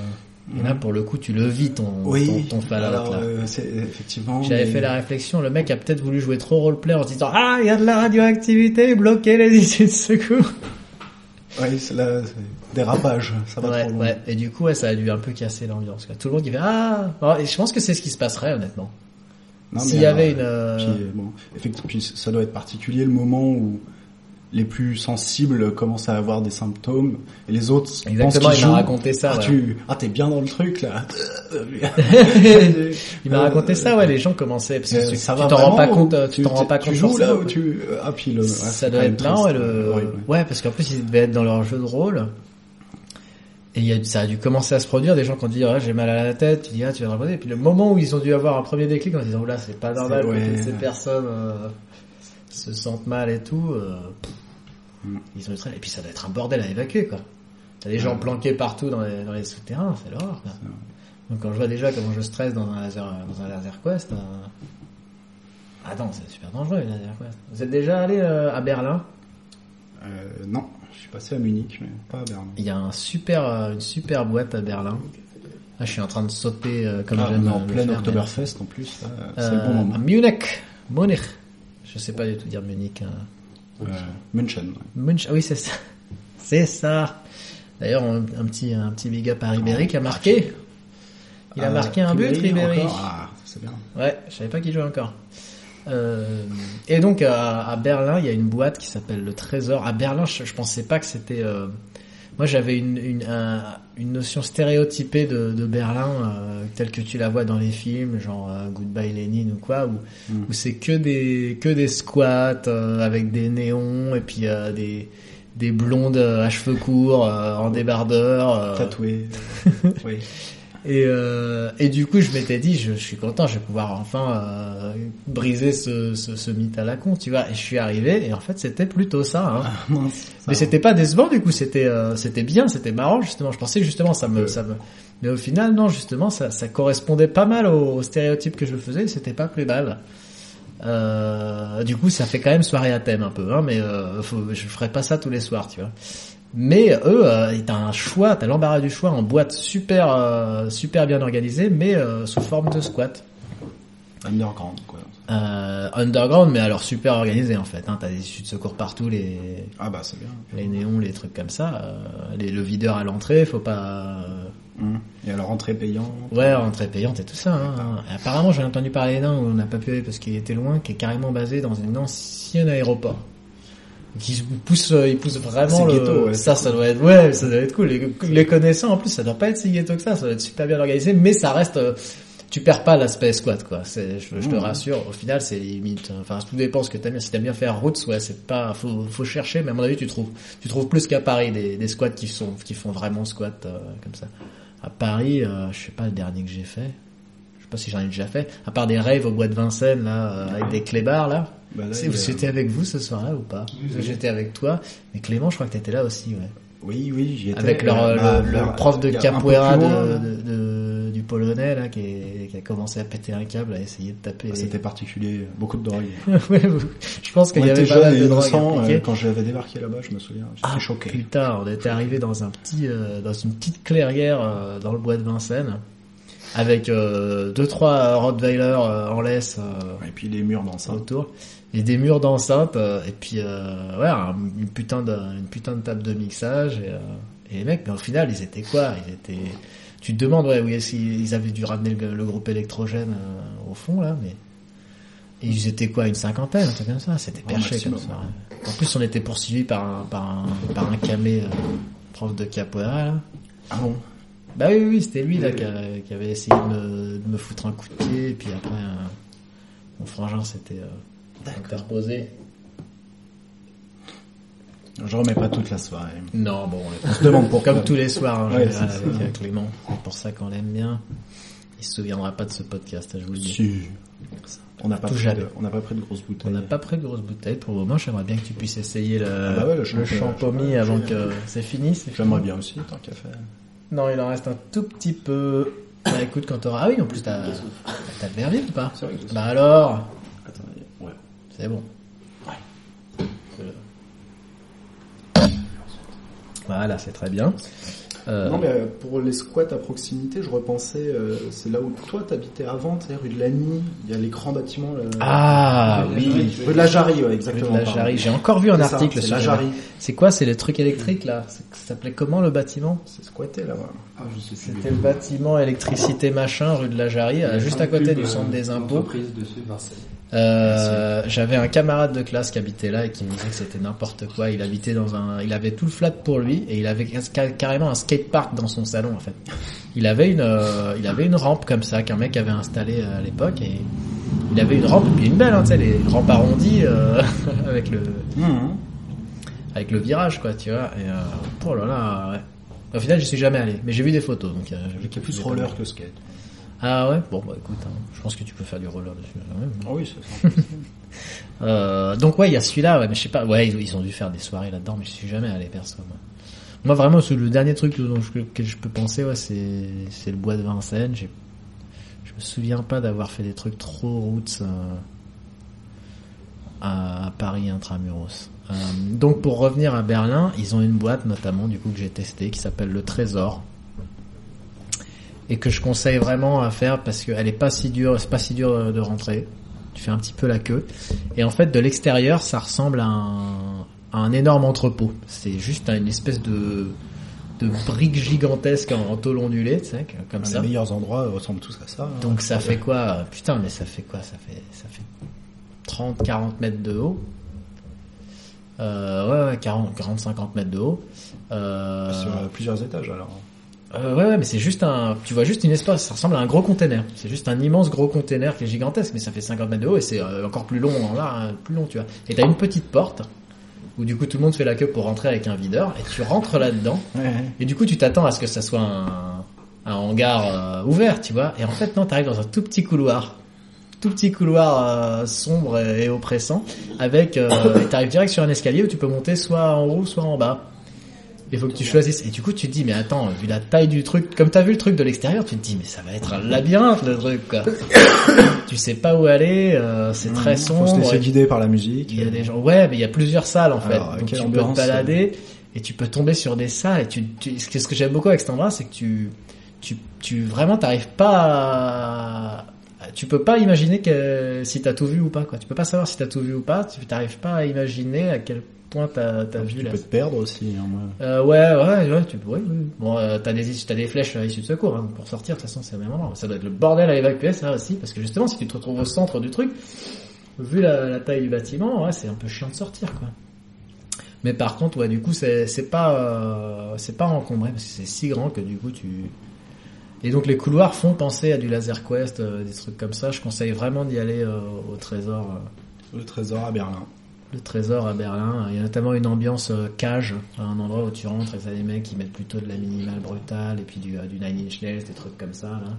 Et là, pour le coup, tu le vis ton Fallout. Alors, là. C'est effectivement. J'avais fait la réflexion, le mec a peut-être voulu jouer trop roleplay en se disant ah, il y a de la radioactivité, bloquez les issues de secours. Oui, c'est là, dérapage, ça va trop loin. Ouais. Et du coup, ça a dû un peu casser l'ambiance. Quoi. Tout le monde qui fait ah. Alors, et je pense que c'est ce qui se passerait honnêtement. S'il y avait une. Effectivement, puis ça doit être particulier le moment où les plus sensibles commencent à avoir des symptômes et les autres exactement, il m'a raconté ça. T'es bien dans le truc là. Il m'a raconté ça, ouais, les gens commençaient parce que ça tu t'en rends pas compte, tu t'en rends pas compte. Tu joues là où tu ça doit être marrant ouais, parce qu'en plus ils devaient être dans leur jeu de rôle. Et ça a dû commencer à se produire, des gens qui ont dit j'ai mal à la tête, tu dis tu vas te reposer. Et puis le moment où ils ont dû avoir un premier déclic en disant là c'est pas normal que ces personnes se sentent mal et tout, ils ont eu très... Et puis ça doit être un bordel à évacuer quoi. T'as des gens planqués partout dans les souterrains, c'est l'horreur quoi. Donc quand je vois déjà comment je stresse dans un laser quest, non, c'est super dangereux les laser quest. Vous êtes déjà allé à Berlin? Non, je suis passé à Munich mais pas à Berlin. Il y a une super boîte à Berlin. Là, je suis en train de sauter comme j'aime en plein Oktoberfest en plus, c'est le bon moment. À Munich. Je sais pas du tout dire Munich. München. Oui, c'est ça. C'est ça. D'ailleurs, un petit big up à Ribéry qui a marqué. Il a marqué un but, Ribéry. C'est bien. Ouais, je savais pas qu'il jouait encore. Et donc, à Berlin, il y a une boîte qui s'appelle Le Trésor. À Berlin, je pensais pas que c'était... Moi, j'avais une notion stéréotypée de Berlin, telle que tu la vois dans les films, genre Goodbye Lenin ou quoi, où c'est que des squats avec des néons et puis des blondes à cheveux courts en débardeur, tatouées. Oui. Et du coup, je m'étais dit, je suis content, je vais pouvoir enfin briser ce mythe à la con, tu vois. Et je suis arrivé, et en fait, c'était plutôt ça. Mais c'était pas décevant, du coup, c'était bien, c'était marrant, justement. Je pensais que justement, mais au final, non, justement, ça correspondait pas mal aux stéréotypes que je faisais, c'était pas plus mal. Du coup, ça fait quand même soirée à thème un peu, mais je ferai pas ça tous les soirs, tu vois. Mais eux, t'as l'embarras du choix en boîte super bien organisée, mais sous forme de squat. Underground, quoi. Underground, mais alors super organisé en fait. T'as des issues de secours partout, c'est bien. Les néons, les trucs comme ça. Le videur à l'entrée, faut pas. Et alors entrée payante. Ouais, entrée payante et tout ça. Et apparemment, j'ai entendu parler d'un où on n'a pas pu aller parce qu'il était loin, qui est carrément basé dans un ancien aéroport. Il pousse vraiment ghetto, ça doit être cool. Les connaissants, en plus, ça doit pas être si ghetto que ça doit être super bien organisé, mais ça reste, tu perds pas l'aspect squat, quoi. Je te rassure, au final, c'est limite, enfin, tout dépend ce que t'aimes bien. Si t'aimes bien faire routes, c'est pas, faut chercher, mais à mon avis, tu trouves plus qu'à Paris des squats qui font vraiment squat, comme ça. À Paris, je sais pas le dernier que j'ai fait. Je sais pas si j'en ai déjà fait. À part des raves au bois de Vincennes, là, avec des clébards, là. J'étais avec vous ce soir-là ou pas? J'étais avec toi, mais Clément, je crois que t'étais là aussi, ouais. Oui, j'y étais. Avec leur prof de capoeira du polonais, là, qui a commencé à péter un câble, à essayer de taper. C'était particulier, beaucoup de drogue. Ouais, je pense qu'il y avait pas mal de drogue. Quand j'avais débarqué là-bas, je me souviens, j'étais choqué. Putain, on était arrivé dans une petite clairière, dans le bois de Vincennes. Avec 2-3 Rottweiler en laisse et puis les murs d'enceinte autour et des murs d'enceinte et puis une putain de table de mixage et les mecs, mais au final ils étaient quoi, tu te demandes où est-ce qu'ils avaient dû ramener le groupe électrogène au fond là, mais et ils étaient quoi, une cinquantaine, un truc comme ça, c'était perché comme ça. En plus on était poursuivis par un camé prof de capoeira là. Ah bon? Bah oui, c'était lui là qui avait essayé de me foutre un coup de pied, et puis après mon frangin s'était interposé. Je remets pas toute la soirée. Non, bon, on se demande pourquoi. Comme tous les soirs, avec Clément. C'est pour ça qu'on l'aime bien. Il se souviendra pas de ce podcast, je vous le dis. Si. On n'a pas pris de grosses bouteilles. On n'a pas pris de grosses bouteilles. Pour le moment, j'aimerais bien que tu puisses essayer le champomis avant que c'est fini. J'aimerais bien aussi, tant qu'à faire. Non, il en reste un tout petit peu. Bah écoute, quand t'auras... Ah oui, en plus t'as le verre vide ou pas? Bah alors. Attends, ouais. C'est bon. Ouais. Voilà, c'est très bien. Non, mais pour les squats à proximité, je repensais, c'est là où toi t'habitais avant, tu sais, rue de Lagny, il y a les grands bâtiments. Oui. Rue de la Jarrie, ouais, exactement. Rue de la Jarrie. J'ai encore vu un article sur la Jarrie. C'est quoi, c'est le truc électrique là? Ça s'appelait comment le bâtiment? C'est squatté là, ouais. Ah, je sais plus. C'était le bâtiment électricité machin, rue de la Jarrie, juste à côté du centre des impôts. Entreprise dessus, Marseille. J'avais un camarade de classe qui habitait là et qui me disait que c'était n'importe quoi. Il habitait il avait tout le flat pour lui et il avait carrément un skatepark dans son salon en fait. Il avait une rampe comme ça qu'un mec avait installée à l'époque et il avait une rampe et puis une belle, hein, tu sais, les rampes arrondies avec le virage quoi, tu vois. Et oh là là, ouais. Au final, j'y suis jamais allé, mais j'ai vu des photos donc. Il y a plus roller que skate. Ah ouais, bon bah écoute, hein, je pense que tu peux faire du roller dessus quand même. Ah oui, c'est ça. Donc ouais, il y a celui-là, ouais, mais je sais pas, ouais, ils ont dû faire des soirées là-dedans, mais je suis jamais allé perso. Moi vraiment, le dernier truc que je peux penser, ouais, c'est le bois de Vincennes. Je me souviens pas d'avoir fait des trucs trop roots à Paris intramuros. Donc pour revenir à Berlin, ils ont une boîte notamment du coup que j'ai testé qui s'appelle le Trésor. Et que je conseille vraiment à faire parce qu'elle est pas si dure, c'est pas si dur de rentrer. Tu fais un petit peu la queue. Et en fait, de l'extérieur, ça ressemble à un énorme entrepôt. C'est juste une espèce de briques gigantesques en tôle ondulée, tu sais, comme ça. Les meilleurs endroits ressemblent tous à ça. Donc ça fait quoi? Putain, mais ça fait quoi? Ça fait 30, 40 mètres de haut. Ouais, 40, 50 mètres de haut. Sur plusieurs étages alors. Ouais, mais c'est juste tu vois juste une espace, ça ressemble à un gros container. C'est juste un immense gros container qui est gigantesque, mais ça fait 50 mètres de haut et c'est encore plus long plus long, tu vois. Et t'as une petite porte où du coup tout le monde fait la queue pour rentrer avec un videur et tu rentres là-dedans. Ouais. Et du coup tu t'attends à ce que ça soit un hangar ouvert, tu vois. Et en fait non, t'arrives dans un tout petit couloir sombre et oppressant avec et t'arrives direct sur un escalier où tu peux monter soit en haut soit en bas. Il faut que tu choisisses. Et du coup, tu te dis, mais attends, vu la taille du truc, comme t'as vu le truc de l'extérieur, tu te dis, mais ça va être un labyrinthe, le truc, quoi. Tu sais pas où aller, c'est très sombre. Faut se laisser guider par la musique. Il y a des gens, ouais, mais il y a plusieurs salles, en fait. Alors, donc tu peux te balader, et tu peux tomber sur des salles, et ce que j'aime beaucoup avec cet endroit, c'est que tu vraiment t'arrives pas tu peux pas imaginer si t'as tout vu ou pas, quoi. Tu peux pas savoir si t'as tout vu ou pas, tu t'arrives pas à imaginer à quel point t'as vu là. Tu peux te perdre aussi, hein, ouais. Bon, t'as des flèches issues de secours, hein, pour sortir, de toute façon, c'est au même moment. Ça doit être le bordel à évacuer, ça aussi, parce que justement, si tu te retrouves au centre du truc, vu la taille du bâtiment, ouais, c'est un peu chiant de sortir, quoi. Mais par contre, ouais, du coup, c'est pas encombré, parce que c'est si grand que du coup, et donc les couloirs font penser à du Laser Quest, des trucs comme ça. Je conseille vraiment d'y aller au Trésor. Le Trésor à Berlin. Le Trésor à Berlin. Il y a notamment une ambiance cage, un endroit où tu rentres et t'as des mecs qui mettent plutôt de la minimale brutale et puis du Nine Inch Nails, des trucs comme ça là.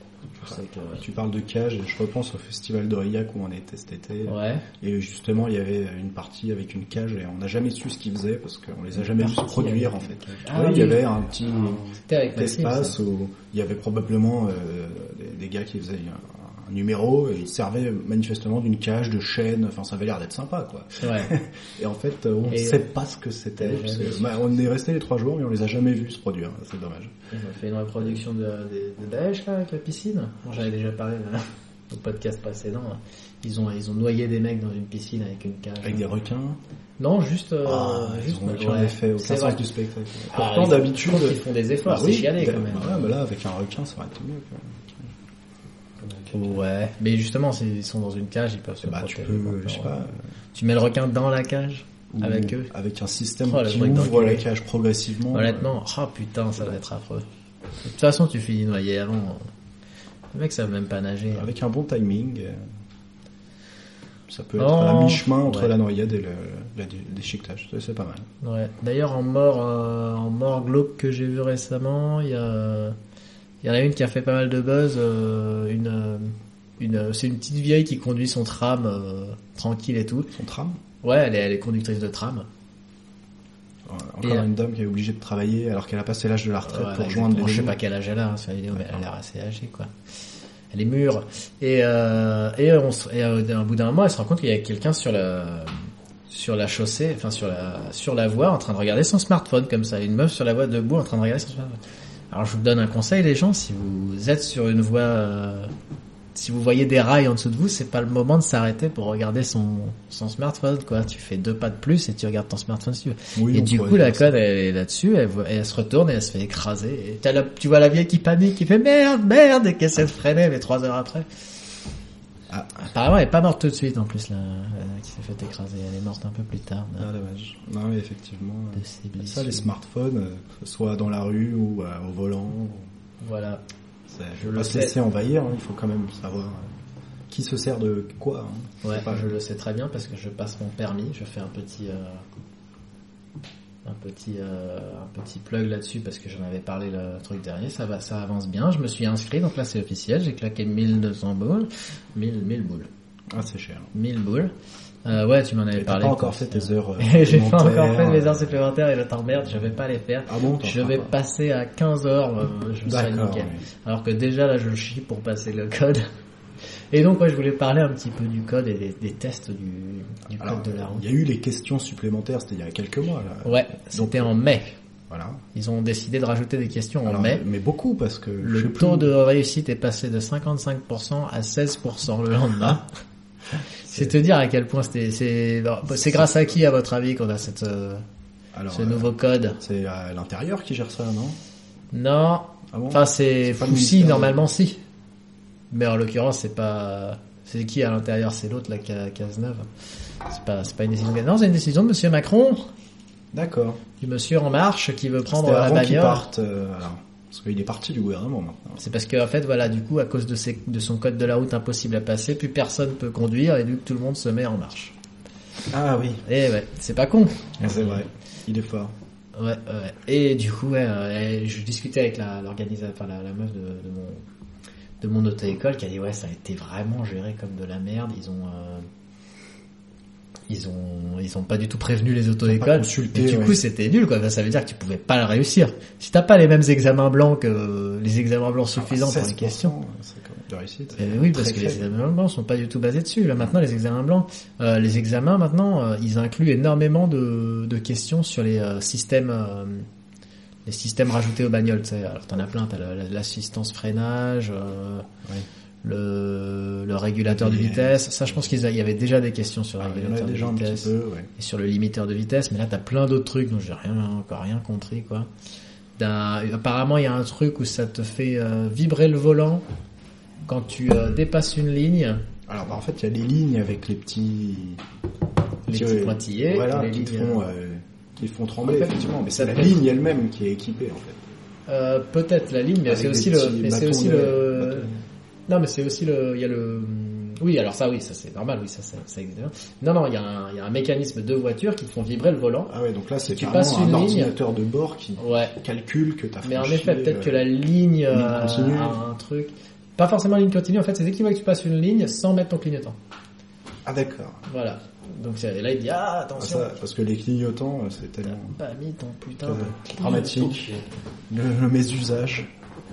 Tu parles de cage et je repense au festival d'Aurillac où on était cet été. Ouais. Et justement, il y avait une partie avec une cage et on n'a jamais su ce qu'ils faisaient parce qu'on les a jamais vus se produire en fait. Il y avait un petit espace où il y avait probablement des gars qui faisaient un numéro et ils servaient manifestement d'une cage, de chaîne, enfin ça avait l'air d'être sympa quoi. Ouais. Et en fait on ne sait pas ce que c'était. On est resté les 3 jours mais on les a jamais vus se produire, c'est dommage. Ils ont fait une reproduction de Daesh là avec la piscine. J'en avais déjà parlé au podcast précédent. Ils ont noyé des mecs dans une piscine avec une cage. Avec des requins? Non, juste ils ont aucun effet, aucun sens du spectacle. Pourtant d'habitude ils font des efforts, c'est chialé quand même. Ouais, mais là avec un requin ça va être mieux quoi. Ouais, mais justement, ils sont dans une cage, ils peuvent se protéger. Tu mets le requin dans la cage avec eux. Avec un système qui ouvre la cage progressivement. Honnêtement, putain, ça va être affreux. De toute façon, tu finis noyé avant. Les mecs savent même pas nager. Avec un bon timing, ça peut être à mi-chemin entre la noyade et le déchiquetage. C'est pas mal. Ouais. D'ailleurs, en mort glauque que j'ai vu récemment, il y en a une qui a fait pas mal de buzz, c'est une petite vieille qui conduit son tram tranquille et tout. Son tram? Ouais, elle est conductrice de tram. Encore une dame qui est obligée de travailler alors qu'elle a passé l'âge de la retraite pour rejoindre les. Je sais pas quel âge elle a sur la vidéo, mais elle a l'air assez âgée quoi. Elle est mûre. Et au bout d'un moment, elle se rend compte qu'il y a quelqu'un sur sur la chaussée, enfin sur la voie, en train de regarder son smartphone comme ça. Une meuf sur la voie debout en train de regarder son smartphone. Alors je vous donne un conseil, les gens, si vous êtes sur une voie, si vous voyez des rails en dessous de vous, c'est pas le moment de s'arrêter pour regarder son smartphone, quoi. Tu fais 2 pas de plus et tu regardes ton smartphone si tu veux. Oui, et du coup, la conne, elle est là-dessus, elle se retourne et elle se fait écraser. Et tu vois la vieille qui panique, qui fait merde, et qui essaie de freiner, mais 3 heures après. Ah. Apparemment, elle est pas morte tout de suite, en plus, là, qui s'est fait écraser. Elle est morte un peu plus tard. Ah, dommage. Non, mais effectivement. Ça, les smartphones, que ce soit dans la rue ou au volant. Voilà. Je le sais. Laisser envahir, hein, il faut quand même savoir qui se sert de quoi. Hein. Ouais, je le sais très bien parce que je passe mon permis, je fais un petit plug là-dessus parce que j'en avais parlé le truc dernier, ça avance bien, je me suis inscrit, donc là c'est officiel, j'ai claqué 1200 boules, 1000 boules. Ah, c'est cher. 1000 boules. Ouais, tu m'en avais parlé. T'as pas encore fait tes heures j'ai pas encore fait mes heures supplémentaires et je t'emmerde, je vais pas les faire. Ah bon, je vais passer à 15 heures, je serai nickel. Oui. Alors que déjà là je chie pour passer le code. Et donc je voulais parler un petit peu du code et des tests du code de la route. Il y a eu les questions supplémentaires, c'était il y a quelques mois là. Ouais, c'était en mai. Voilà. Ils ont décidé de rajouter des questions en mai. Mais beaucoup parce que le taux de réussite est passé de 55% à 16% le lendemain. C'est te dire à quel point c'est grâce à qui, à votre avis, qu'on a ce nouveau code? C'est à l'intérieur qui gère ça, non? Non. Ah bon? Enfin, c'est si, normalement, si. Mais en l'occurrence, c'est qui à l'intérieur? C'est l'autre, la Cazeneuve. C'est pas une décision. Non, c'est une décision de Monsieur Macron. D'accord. Du monsieur En Marche qui veut prendre la bagnole. Qu'il parte, alors. Parce qu'il est parti du gouvernement maintenant. C'est parce que en fait voilà, du coup à cause de son code de la route impossible à passer, plus personne peut conduire et du coup tout le monde se met en marche. Ah oui. Et ouais, c'est pas con. C'est vrai. Il est fort. Ouais. Et du coup je discutais avec l'organisateur, la meuf de mon auto-école qui a dit ouais, ça a été vraiment géré comme de la merde. Ils ont pas du tout prévenu les auto-écoles. Et du coup, c'était nul, quoi. Ça veut dire que tu pouvais pas le réussir. Si t'as pas les mêmes examens blancs que les examens blancs suffisants pour les questions. C'est quand même de réussite. Oui, parce que les examens blancs sont pas du tout basés dessus. Là, maintenant, les examens blancs, ils incluent énormément de questions sur les systèmes rajoutés aux bagnoles, tu sais. Alors, t'en as plein. T'as l'assistance freinage, le régulateur de vitesse. Ça, je pense qu'il y avait déjà des questions sur le régulateur de vitesse et sur le limiteur de vitesse, mais là t'as plein d'autres trucs dont j'ai encore rien compris, quoi. Apparemment il y a un truc où ça te fait vibrer le volant quand tu dépasses une ligne. Alors en fait il y a les lignes avec les petits pointillés, voilà, qui font trembler, effectivement, mais c'est la ligne elle-même qui est équipée en fait. Peut-être la ligne, mais c'est aussi le non, mais c'est aussi il y a le, oui, alors ça, c'est normal, oui, ça existe. Non, il y a un mécanisme de voiture qui te font vibrer le volant. Ah ouais, donc là, c'est carrément un ordinateur de bord qui calcule que t'as franchi. Mais en effet, peut-être que la ligne a un truc. Pas forcément ligne continue, en fait, c'est dès qu'il voit que tu passes une ligne sans mettre ton clignotant. Ah d'accord. Voilà. Donc là, il dit, attention. Parce que les clignotants, c'est tellement... T'as pas mis ton putain de dramatique. Le mésusage.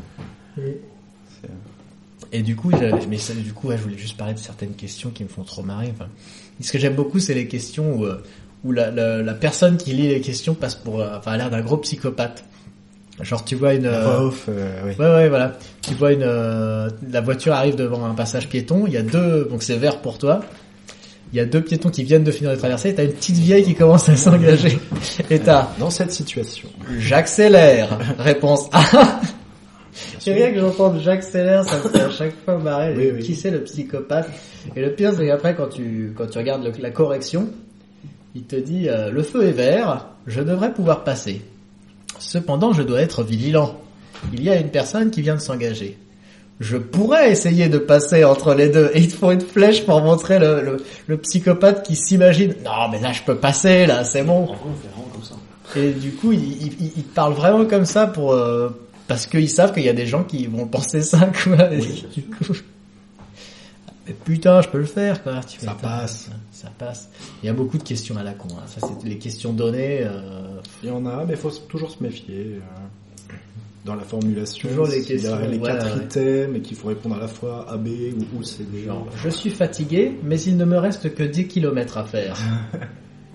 Et du coup, je voulais juste parler de certaines questions qui me font trop marrer. Enfin, ce que j'aime beaucoup, c'est les questions où la personne qui lit les questions passe a l'air d'un gros psychopathe. Genre, tu vois oui. Ouais, voilà. Tu vois la voiture arrive devant un passage piéton. Il y a donc c'est vert pour toi. Il y a 2 piétons qui viennent de finir de traverser. T'as une petite vieille qui commence à s'engager. Et dans cette situation, j'accélère. Réponse A. C'est rien que j'entende j'accélère, ça me fait à chaque fois marrer. Oui. Qui c'est le psychopathe? Et le pire, c'est qu'après, quand tu regardes la correction, il te dit le feu est vert, je devrais pouvoir passer. Cependant, je dois être vigilant. Il y a une personne qui vient de s'engager. Je pourrais essayer de passer entre les deux. Et ils te font une flèche pour montrer le psychopathe qui s'imagine non mais là je peux passer, là c'est bon. Et du coup, il parle vraiment comme ça pour parce qu'ils savent qu'il y a des gens qui vont penser ça, quoi. Oui. Du coup, mais putain, je peux le faire, quoi. Ça passe. Il y a beaucoup de questions à la con. Hein. Ça, c'est les questions données. Il y en a, mais il faut toujours se méfier. Dans la formulation, toujours les questions. Il y a les 4 items et qu'il faut répondre à la fois A, B ou C. Genre, je suis fatigué, mais il ne me reste que 10 km à faire.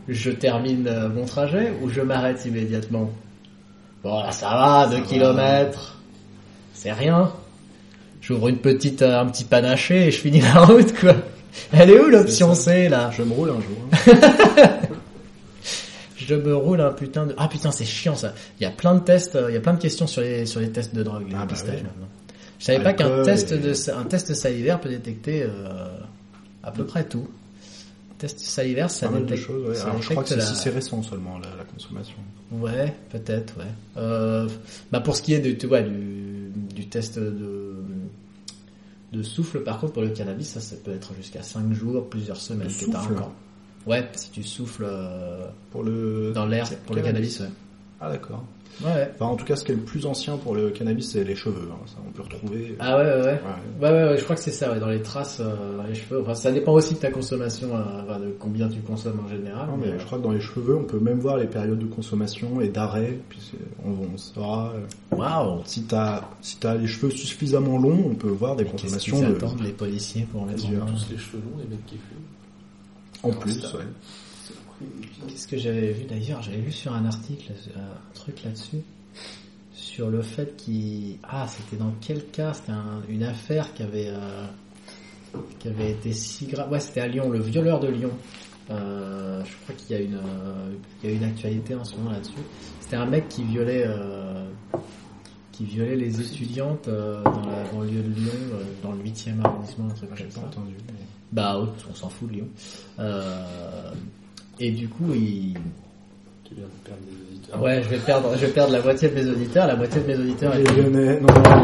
je termine mon trajet ou je m'arrête immédiatement? Bon, là, ça va, 2 kilomètres. C'est rien. J'ouvre un petit panaché et je finis la route, quoi. Elle est où l'option C, là? Je me roule un jour. Je me roule un putain de... Ah putain, c'est chiant, ça. Il y a plein de tests, il y a plein de questions sur les tests de drogue, les pistaches, maintenant. Je savais pas qu'un test salivaire peut détecter à peu près tout. Test salivaire, ça détecte... choses, ouais. Alors, je crois que c'est récent seulement, la consommation. Ouais, peut-être, ouais. Pour ce qui est du test de souffle, par contre, pour le cannabis, ça peut être jusqu'à 5 jours, plusieurs semaines. Ouais, si tu souffles dans l'air pour le cannabis, ouais. Ah d'accord. Ouais. Enfin, en tout cas, ce qui est le plus ancien pour le cannabis, c'est les cheveux. Hein. Ça, on peut retrouver. Ah ouais. Je crois que c'est ça, ouais, dans les traces, dans les cheveux. Enfin, ça dépend aussi de ta consommation, de combien tu consommes en général. Non, mais je crois que dans les cheveux, on peut même voir les périodes de consommation et d'arrêt. Puis on saura. Waouh. Si t'as les cheveux suffisamment longs, on peut voir des consommations. Qu'est-ce qu'ils attendent, les policiers, pour mettre en tous les cheveux longs, les mecs qui fument. En plus, ouais. Qu'est-ce que j'avais vu d'ailleurs? J'avais vu sur un article un truc là-dessus, sur le fait c'était dans quel cas? C'était une affaire qui avait été si grave. Ouais, c'était à Lyon, le violeur de Lyon. Je crois qu'il y a une actualité en ce moment là-dessus. C'était un mec qui violait les étudiantes dans la banlieue de Lyon, dans le 8e arrondissement, un truc comme ça. Entendu. Bah, on s'en fout de Lyon. Et du coup, Tu viens de perdre des auditeurs. Ouais, je vais perdre la moitié de mes auditeurs. La moitié de mes auditeurs. Les Lyonnais,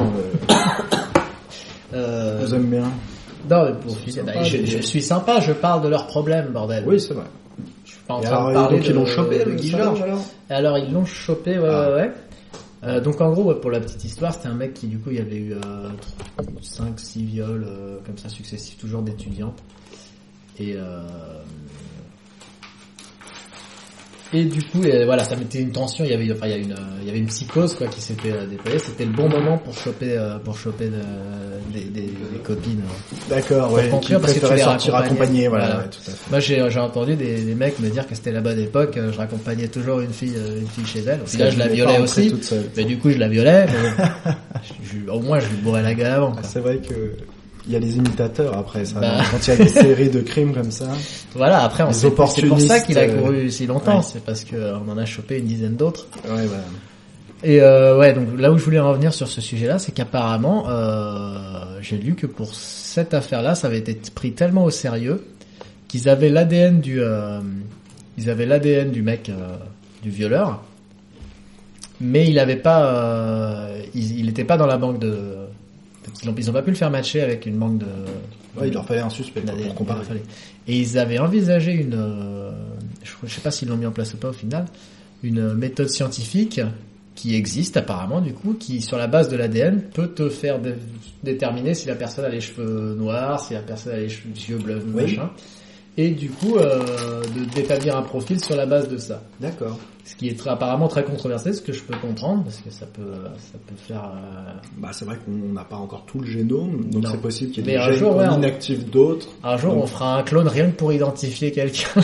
je vous aime bien. Non, mais je suis sympa. Je parle de leurs problèmes, bordel. Oui, c'est vrai. Je suis pas en train de parler. Donc ils l'ont chopé, le Guy Georges, alors. Alors ils l'ont chopé, ouais. Donc en gros, pour la petite histoire, c'était un mec qui, du coup, il y avait eu 5-6 viols comme ça successifs, toujours d'étudiantes. Et du coup, voilà, ça mettait une tension. Il y avait une psychose, quoi, qui s'était déployée. C'était le bon moment pour choper des copines. D'accord, ouais. Qui préféraient sortir accompagner, voilà. Ouais, tout à fait. Moi, j'ai entendu des mecs me dire que c'était la bonne époque. Je raccompagnais toujours une fille chez elle. Là, je la violais aussi. Mais du coup, je la violais. Mais au moins, je lui bourrais la gueule avant. C'est vrai que il y a les imitateurs après ça. Quand il y a des séries de crimes comme ça. Voilà, après c'est pour ça qu'il a couru si longtemps, ouais. C'est parce que on en a chopé une dizaine d'autres. Ouais, voilà. Et donc là où je voulais en revenir sur ce sujet-là, c'est qu'apparemment j'ai lu que pour cette affaire-là, ça avait été pris tellement au sérieux qu'ils avaient l'ADN du mec du violeur, mais il avait pas il était pas dans la banque de... Ils ont pas pu le faire matcher avec une banque de... Ouais, il leur fallait un suspect pour comparer. Et ils avaient envisagé je sais pas s'ils l'ont mis en place ou pas au final, une méthode scientifique qui existe apparemment, du coup, qui sur la base de l'ADN peut te faire déterminer si la personne a les cheveux noirs, si la personne a les yeux bleus, machin. Et du coup, d'établir un profil sur la base de ça. D'accord. Ce qui est apparemment très controversé, ce que je peux comprendre, parce que ça peut faire... c'est vrai qu'on n'a pas encore tout le génome, donc c'est possible qu'il y ait des gènes inactifs d'autres. Un jour, on fera un clone rien que pour identifier quelqu'un.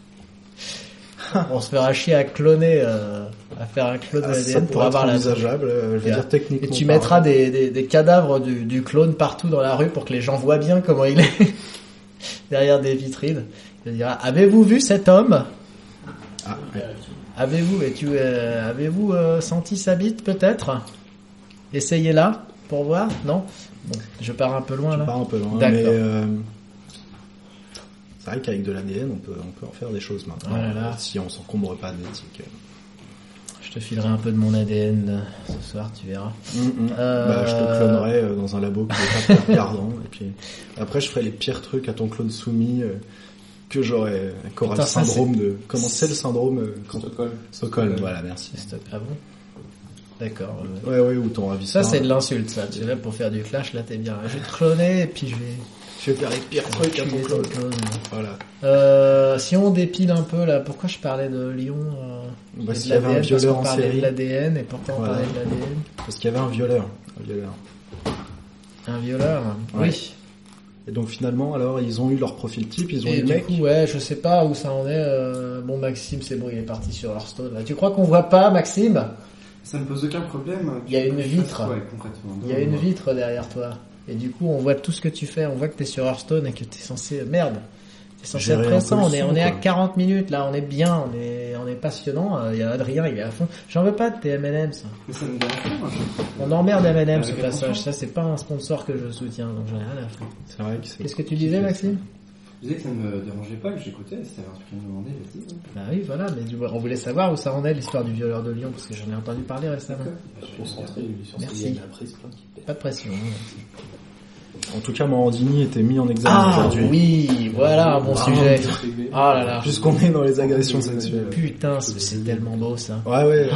On se fera chier à cloner, à faire un clone ADN pour avoir envisageable, je veux dire techniquement. Et tu mettras des cadavres du clone partout dans la rue pour que les gens voient bien comment il est derrière des vitrines. Il dira, avez-vous vu cet homme? Ouais. Avez-vous senti sa bite peut-être? Essayez-la pour voir. Non. Bon, je pars un peu loin là. D'accord. Mais c'est vrai qu'avec de l'ADN, on peut en faire des choses maintenant. Si on s'encombre pas d'éthique. Je te filerai un peu de mon ADN ce soir, tu verras. Je te clonerai dans un labo qui est pas très regardant. Et puis après, je ferai les pires trucs à ton clone soumis que j'aurais. Qu'aura le syndrome de. Comment c'est le syndrome Stockholm. Voilà, merci. Ah bon? D'accord. Ouais, où ton ravisseur. Ça, c'est de l'insulte, ça. Tu vois, pour faire du clash, là, t'es bien. Je vais te cloner et puis je vais faire les pires trucs à ton clone. Voilà. Si on dépile un peu là, pourquoi je parlais de Lyon s'il y avait un violeur en série. On parlait de l'ADN et pourtant on parlait de l'ADN. Parce qu'il y avait un violeur. Un violeur, ouais. Oui. Et donc finalement, alors ils ont eu leur profil type, ils ont eu Et le du mec. coup, ouais, je sais pas où ça en est. Bon, Maxime, c'est bon, il est parti sur Hearthstone. Là. Tu crois qu'on voit pas, Maxime? Ça ne pose aucun problème. Il y a une vitre. Ouais, concrètement. Il y a une vitre derrière toi. Et du coup, on voit tout ce que tu fais. On voit que t'es sur Hearthstone et que t'es censé... Merde. T'es censé être présent. On est à 40 minutes, là. On est bien. On est passionnant. Il y a Adrien, il est à fond. J'en veux pas de tes M&M's. Mais ça me dérange pas. On emmerde M&M ce passage. Ça, c'est pas un sponsor que je soutiens. Donc j'en ai rien à foutre. C'est vrai que c'est... Qu'est-ce que tu disais, Maxime? Je disais que ça ne me dérangeait pas, que j'écoutais, si t'avais un truc à me demander, vas-y. Bah oui, voilà, mais on voulait savoir où ça en est, l'histoire du violeur de Lyon, parce que j'en ai entendu parler récemment. Merci. Pas de pression. En tout cas, Morandini était mis en examen aujourd'hui. Oui, voilà un bon sujet. Ah là là. Puisqu'on est dans les agressions sexuelles. Putain, c'est tellement beau ça. Ouais.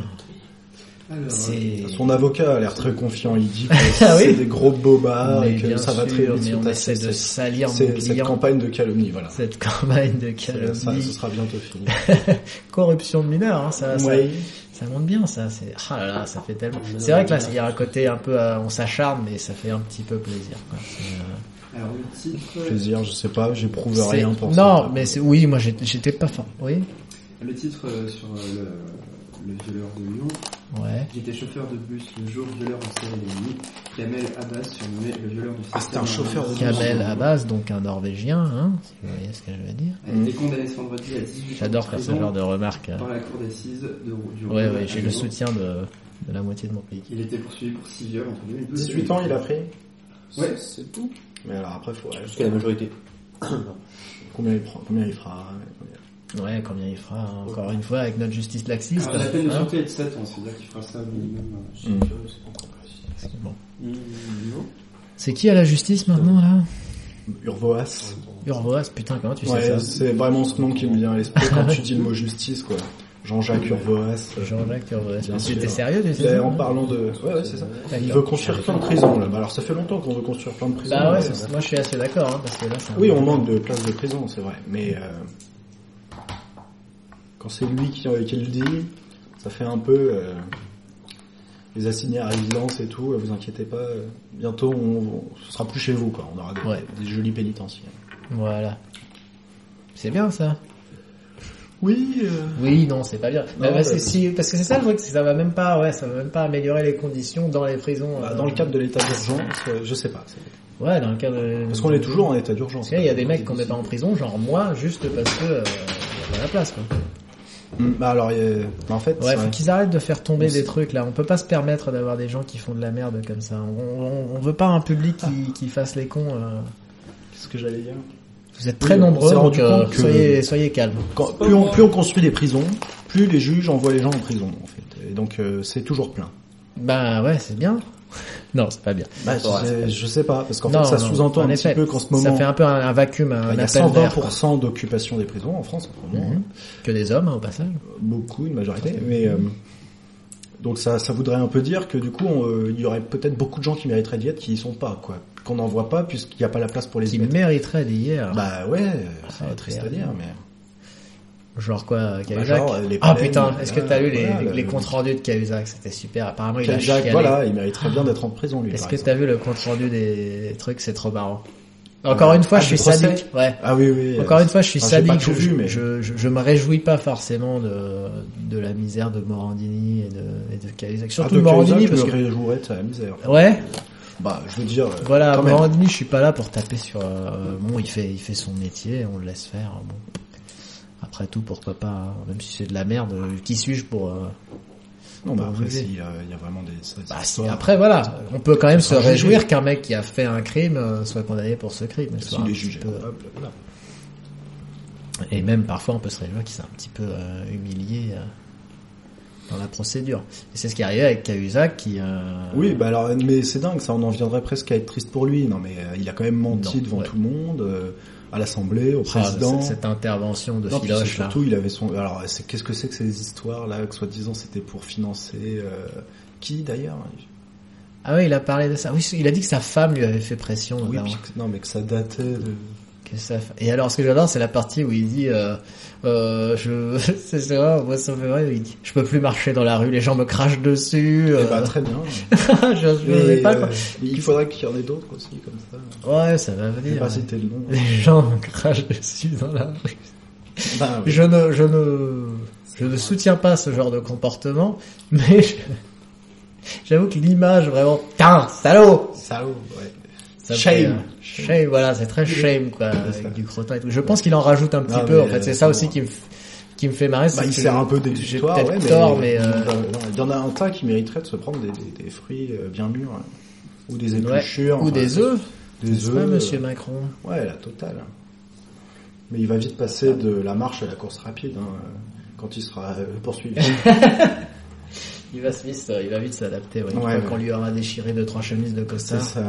C'est... Son avocat a l'air très confiant, il dit que c'est des gros bobards et que ça va très vite. Mais on essaie de salir mon client. Cette campagne de calomnie, voilà. Cette campagne de calomnie. Ça, ce sera bientôt fini. Corruption de mineurs, hein, ça monte bien, ça. Ah là là, ça fait tellement. C'est vrai que là, il y a un côté un peu, on s'acharne, mais ça fait un petit peu plaisir, quoi. Alors le titre. Plaisir, je sais pas, j'éprouve rien pour ça. Non, mais oui, moi j'étais pas fan. Oui. Le titre sur le violeur de Lyon. Ouais. Il était chauffeur de bus le jour, violeur en cérémonie. Kamel Abbas surnommé le violeur du c'était un chauffeur de bus. Kamel Abbas, donc un Norvégien, hein, si vous voyez ce que je veux dire. Il est condamné ce vendredi à 18 ans. J'adore faire ce genre de remarques. Par la cour d'assises du Ouais, j'ai le soutien de la moitié de mon pays. Il était poursuivi pour 6 viols entre 2012 et 18 ans, il a pris. Ouais, c'est tout. Mais alors après, faut... Jusqu'à la majorité. Combien il fera Ouais, combien il fera, encore une fois, avec notre justice laxiste. Alors, la peine de sûreté est de 7 ans, c'est-à-dire qu'il fera ça au minimum. Bon. C'est qui à la justice maintenant, là? Urvoas. Urvoas, putain, comment tu sais ça? C'est vraiment ce nom qui me vient à l'esprit quand tu dis le mot justice, quoi. Jean-Jacques Urvoas. Jean-Jacques Urvoas. Tu étais sûr. sérieux, tu sais? En parlant de... Ouais, c'est ça. Il veut construire plein de prisons, là. Alors, ça fait longtemps qu'on veut construire plein de prisons. Bah ouais, moi je suis assez d'accord, hein, parce que là, c'est Oui, on manque de places de prison, c'est vrai. Mais, quand c'est lui qui le dit, ça fait un peu, les assignés à résidence et tout, vous inquiétez pas, bientôt ce sera plus chez vous, quoi. On aura des jolis pénitenciers. Voilà. C'est bien, ça. Oui. Oui, non, c'est pas bien. Non, parce que c'est ça le truc, ça va même pas améliorer les conditions dans les prisons. Dans le cadre de l'état d'urgence, je sais pas. Ouais, dans le cadre de... Parce qu'on est toujours en état d'urgence. Il y a des mecs qu'on met pas en prison, genre moi, juste parce que, y a pas la place, quoi. Bah alors, en fait... Ouais, faut qu'ils arrêtent de faire tomber des trucs, là. On peut pas se permettre d'avoir des gens qui font de la merde comme ça. On veut pas un public qui fasse les cons. Qu'est-ce que j'allais dire? Vous êtes très nombreux, donc soyez calmes. Plus on construit des prisons, plus les juges envoient les gens en prison, en fait. Et donc, c'est toujours plein. Bah ouais, c'est bien. Non, c'est pas bien. Bah, je sais pas, parce qu'en fait, ça sous-entend un petit peu qu'en ce moment... Ça fait un peu un vacuum, un il y a 120% d'occupation des prisons en France, en ce moment. Que des hommes, au passage. Beaucoup, une majorité. Mais, donc ça voudrait un peu dire que du coup, il y aurait peut-être beaucoup de gens qui mériteraient d'y être qui y sont pas, quoi. Qu'on n'en voit pas puisqu'il n'y a pas la place pour les y mettre. Qui mériteraient d'y être. Bah ouais, c'est triste à dire, mais... Genre quoi, Cahuzac? Ah putain, est-ce que t'as lu les comptes rendus de Cahuzac? C'était super. Apparemment, il a chialé. Voilà, il mériterait bien d'être en prison, lui. Est-ce que t'as vu le compte rendu des trucs? C'est trop marrant. Encore une fois, je suis sadique. Ouais. Ah oui. Encore une fois, je suis sadique. Je me réjouis pas forcément de la misère de Morandini et de Cahuzac. Surtout de Morandini, parce que... je me réjouirais de sa misère. Ouais. Bah, je veux dire... Voilà, Morandini, je suis pas là pour taper sur... Bon, il fait son métier, on le laisse faire. Bon. Après tout, pourquoi pas, hein, même si c'est de la merde, qui suis-je pour... Non, bah après, il y a vraiment des... Après, voilà, on peut quand même se réjouir qu'un mec qui a fait un crime soit condamné pour ce crime. S'il est jugé. Voilà. Et même, parfois, on peut se réjouir qu'il s'est un petit peu humilié dans la procédure. Et c'est ce qui est arrivé avec Cahuzac qui... Oui, bah alors, mais c'est dingue, ça, on en viendrait presque à être triste pour lui. Non, mais il a quand même menti devant tout le monde... à l'Assemblée, au président. Cette intervention de Filoche, là. Surtout, il avait son... Alors, qu'est-ce que c'est que ces histoires-là, que soi-disant c'était pour financer... Qui, d'ailleurs? Ah oui, il a parlé de ça. Oui, il a dit que sa femme lui avait fait pression. Oui, mais que ça datait de... Et alors, ce que j'adore, c'est la partie où il dit, c'est vrai, moi ça me fait vrai, il dit, je peux plus marcher dans la rue, les gens me crachent dessus. Très bien. je sais pas quoi. Il faudrait qu'il y en ait d'autres aussi, comme ça. Ouais, ça va Je venir. vais pas citer le nom. Les gens me crachent dessus dans la rue. Ben, oui. Je ne soutiens pas ce genre de comportement, mais j'avoue que l'image vraiment, putain, salaud! Salaud, ouais. Ça me Shame. fait, shame, voilà, c'est très shame, quoi, C'est ça. avec du crottin et tout. Je pense qu'il en rajoute un petit Non, peu, mais, en fait, c'est ça aussi qui me fait marrer. Bah, c'est il que sert un peu des j'ai histoires, peut-être ouais, tort, mais mais il y en a un tas qui mériterait de se prendre des fruits bien mûrs, hein. Ou des épluchures. ou enfin, des œufs. Des C'est œufs. pas Monsieur Macron. Ouais, la totale. Mais il va vite passer de la marche à la course rapide, hein, quand il sera poursuivi. Il va vite s'adapter, ouais. Ouais, Quand on lui aura déchiré 2-3 chemises de C'est costard. ça.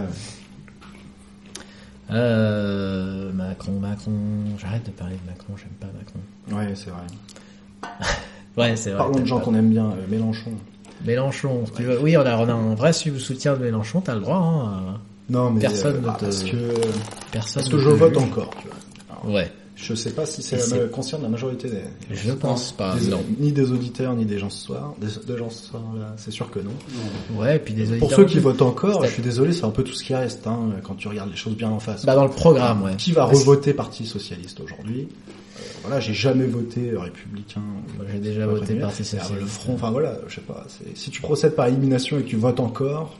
Macron, j'arrête de parler de Macron, j'aime pas Macron. Ouais, c'est vrai. Ouais, c'est vrai. Parlons de t'aimes gens pas. qu'on aime bien, Mélenchon. Mélenchon, si tu veux. Oui, on a un vrai soutien de Mélenchon, t'as le droit, hein. Non, mais Personne ne te- parce que Personne. je ne te vote juge. encore, tu vois. Alors, Ouais. je sais pas si Et c'est c'est- concerne la majorité des. Je pense pas, des- non. Ni des auditeurs, ni des gens ce soir. Des gens ce soir là, c'est sûr que non. Ouais, et puis des auditeurs. Pour ceux qui votent encore, C'est- je suis désolé, c'est un peu tout ce qui reste, hein, quand tu regardes les choses bien en face. Bah, dans le programme, ouais. Qui va revoter Parti Socialiste aujourd'hui? Voilà, j'ai jamais voté républicain. Moi, j'ai déjà Pas voté prévenu. Parti C'est Socialiste. le Front, enfin voilà, je sais pas. Si tu procèdes par élimination et que tu votes encore,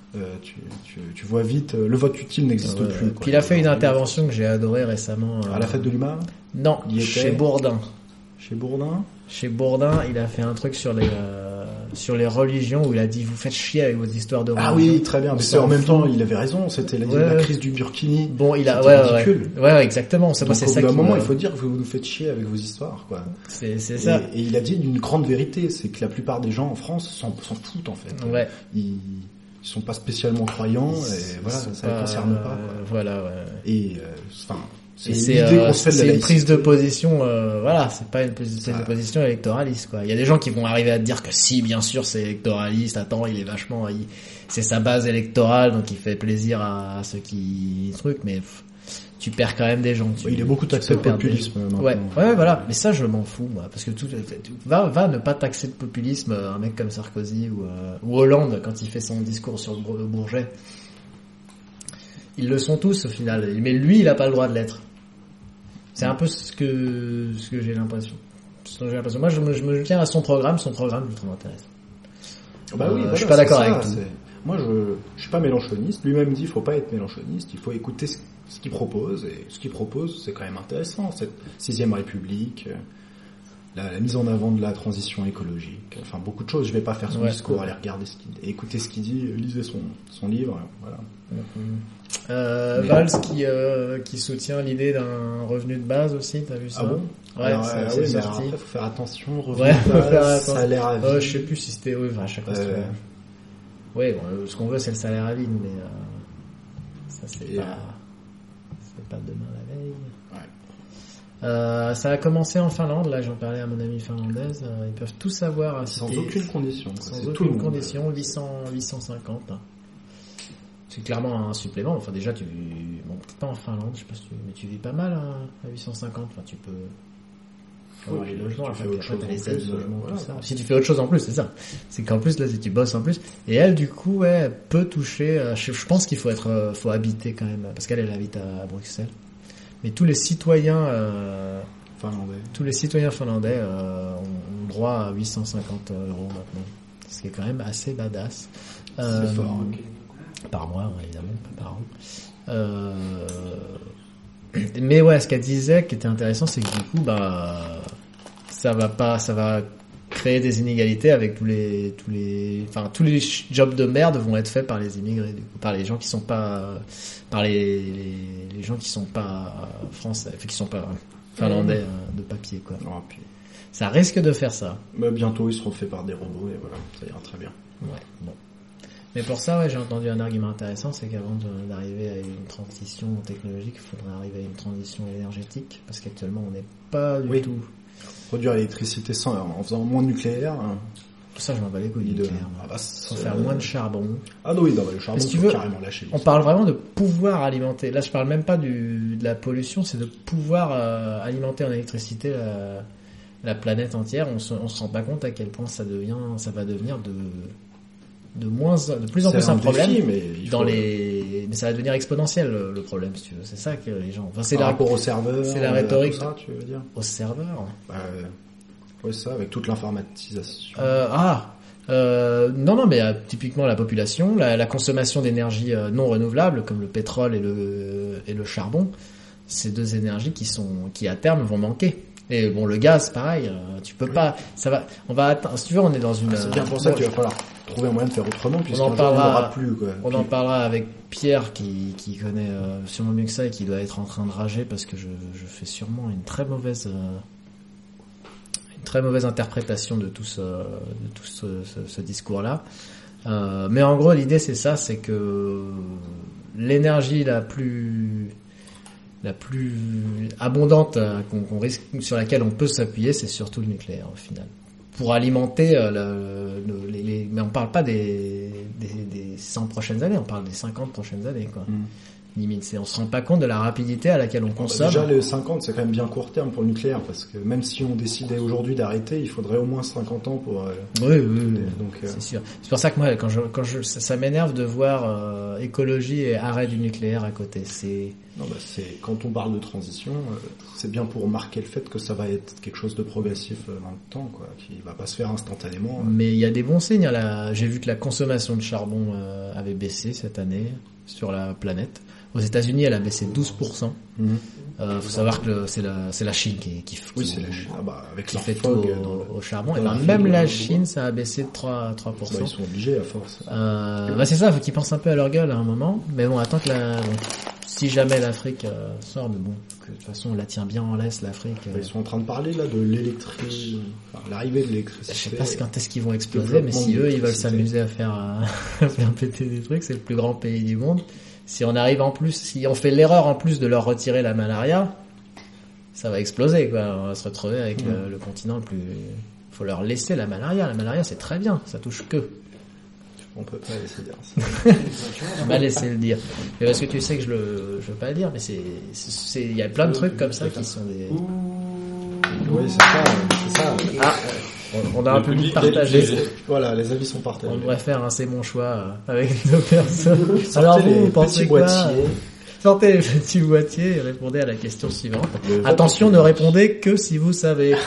tu vois vite, le vote utile n'existe Ouais. plus. Quoi. Puis il a fait une intervention que j'ai adorée récemment. À la fête de l'humain, Non, Il y était. chez Bourdin. chez Bourdin. Chez Bourdin, il a fait un truc sur les religions où il a dit vous faites chier avec vos histoires de religion. Ah oui, très bien. Mais On c'est en s'en même fout. temps, il avait raison. C'était la Ouais. crise du Burkini. Bon, il a C'était ouais, ridicule. ouais, exactement. C'est moi, Donc, c'est au ça bout d'un qui moment, me- il faut dire que vous nous faites chier avec vos histoires, quoi. c'est ça. Et il a dit une grande vérité, c'est que la plupart des gens en France s'en foutent en fait. Ouais. Ils sont pas spécialement croyants et voilà, Ils sont ça les concerne pas. Quoi. Voilà, ouais. Et enfin, c'est Et l'idée qu'on se fait de la c'est une laïcité. prise de position, voilà, c'est pas une prise de Ça- position électoraliste, quoi. Il y a des gens qui vont arriver à te dire que si, bien sûr, c'est électoraliste, attends, il est vachement, c'est sa base électorale, donc il fait plaisir à ceux qui truc, mais tu perds quand même des gens. Il est beaucoup taxé peux de perdre des- populisme maintenant. Ouais, voilà. Mais ça, je m'en fous, moi, parce que va ne pas taxer de populisme un mec comme Sarkozy ou Hollande quand il fait son discours sur le Bourget. Ils le sont tous au final, mais lui, il a pas le droit de l'être. C'est un peu ce que j'ai l'impression. Moi, je me tiens à son programme je le trouve intéressant. Bah oui, je suis pas d'accord avec tout. Moi, je suis pas mélenchoniste. Lui-même dit, il faut pas être mélenchoniste. Il faut écouter ce qu'il propose. Et ce qu'il propose, c'est quand même intéressant. Cette 6ème République, la mise en avant de la transition écologique. Enfin, beaucoup de choses. Je vais pas faire son Ouais. discours, aller regarder écouter ce qu'il dit, lisez son livre. Voilà. Valls qui soutient l'idée d'un revenu de base aussi, t'as vu ça? Ah bon? Ouais, Alors, c'est oui, mais sorti. après, faut faire attention. Ouais, Revenu faut de faire base, attention. salaire à vie. Je sais plus si c'était à chaque fois. Oui, bon, ce qu'on veut, c'est le salaire à vie, mais ça c'est Et, pas demain la veille. Ouais. Ça a commencé en Finlande. Là, j'en parlais à mon amie finlandaise. Ils peuvent tout savoir. Sans aucune condition. quoi. Sans C'est tout le aucune monde. condition. 850. C'est clairement un supplément. Enfin, déjà, bon, peut-être pas en Finlande, je sais pas si mais tu vis pas mal hein, à 850. Enfin, tu peux. Ouais, les puis logements, tu fais après, autre chose t'as en les aides plus, logement, voilà. tout ça. Si tu fais autre chose en plus, c'est ça. C'est qu'en plus, là, si tu bosses en plus, et elle, du coup, ouais, elle peut toucher, je pense qu'il faut faut habiter quand même, parce qu'elle habite à Bruxelles. Mais tous les citoyens finlandais, ont droit à 850 euros maintenant. Ce qui est quand même assez badass. C'est fort. Ok. Par mois, évidemment, pas par an. Mais ouais, ce qu'elle disait qui était intéressant, c'est que du coup, ça va créer des inégalités avec tous les jobs de merde vont être faits par les immigrés, du coup, par les gens qui sont pas, par les gens qui sont pas français, enfin, qui sont pas finlandais de papier, quoi. Oh, puis, Ça risque de faire ça. bah, bientôt, ils seront faits par des robots et voilà, ça ira très bien. Ouais, bon. Mais pour ça, ouais, j'ai entendu un argument intéressant, c'est qu'avant d'arriver à une transition technologique, il faudrait arriver à une transition énergétique, parce qu'actuellement, on n'est pas du tout. Produire l'électricité en faisant moins de nucléaire. Ça, je m'en bats les couilles du nucléaire. Faut faire moins de charbon. Ah non, oui, non, le charbon, si tu faut veux, carrément lâcher. On parle vraiment de pouvoir alimenter. Là, je parle même pas de la pollution, c'est de pouvoir alimenter en électricité la planète entière. On se rend pas compte à quel point ça va devenir de plus en plus un problème. Défi, mais ça va devenir exponentiel le problème, si tu veux. C'est ça que les gens. Enfin, c'est par rapport aux serveurs. C'est la rhétorique. Tout ça, tu veux dire. Aux serveurs. Ouais, ça, avec toute l'informatisation. Non, mais typiquement la population, la consommation d'énergie non renouvelable, comme le pétrole et le charbon, ces deux énergies qui à terme vont manquer. Et bon, le gaz, pareil, tu peux pas, on va atteindre, si tu veux, on est dans une... c'est bien pour ça qu'il va falloir trouver un moyen de faire autrement, puisqu'on n'en aura plus, quoi. En parlera avec Pierre, qui connaît sûrement mieux que ça et qui doit être en train de rager parce que je fais sûrement une très mauvaise interprétation de tout ce discours-là. Mais en gros, l'idée, c'est ça, c'est que l'énergie la plus abondante qu'on risque, sur laquelle on peut s'appuyer, c'est surtout le nucléaire au final. Pour alimenter mais on parle pas des 100 prochaines années, on parle des 50 prochaines années, quoi. Limite, on se rend pas compte de la rapidité à laquelle on consomme. Déjà, les 50, c'est quand même bien court terme pour le nucléaire, parce que même si on décidait aujourd'hui d'arrêter, il faudrait au moins 50 ans pour... Oui. Donc, c'est sûr. C'est pour ça que moi, ça m'énerve de voir écologie et arrêt du nucléaire à côté. C'est quand on parle de transition, c'est bien pour marquer le fait que ça va être quelque chose de progressif dans le temps, quoi, qui va pas se faire instantanément. Mais il y a des bons signes. J'ai vu que la consommation de charbon avait baissé cette année sur la planète. Aux États-Unis, elle a baissé 12%. Faut savoir que c'est la Chine qui c'est la Chine. Avec qui fait tout au charbon. Et même la Chine, ça a baissé de 3%. Ils sont obligés à force. C'est ça, faut qu'ils pensent un peu à leur gueule à un moment. Mais bon, attends que si jamais l'Afrique sort, mais bon, que de toute façon, on la tient bien en laisse, l'Afrique. Ils sont en train de parler là de l'électricité, l'arrivée de l'électricité. Je sais pas quand est-ce qu'ils vont exploser, mais si eux, ils veulent s'amuser à faire péter des trucs, c'est le plus grand pays du monde. Si on arrive si on fait l'erreur en plus de leur retirer la malaria, ça va exploser, quoi. On va se retrouver avec le continent le plus... Faut leur laisser la malaria. La malaria, c'est très bien. Ça touche que. On peut pas laisser dire ça. Je vais laisser le dire. Mais parce que tu sais que je veux pas le dire, mais il y a plein de trucs comme ça qui sont des... Oui, c'est ça. On a un public partagé. Voilà, les avis sont partagés. On devrait faire un c'est mon choix avec deux personnes. Alors vous pensez quoi? Sortez les petits boîtiers et répondez à la question suivante. Attention, ne répondez que si vous savez.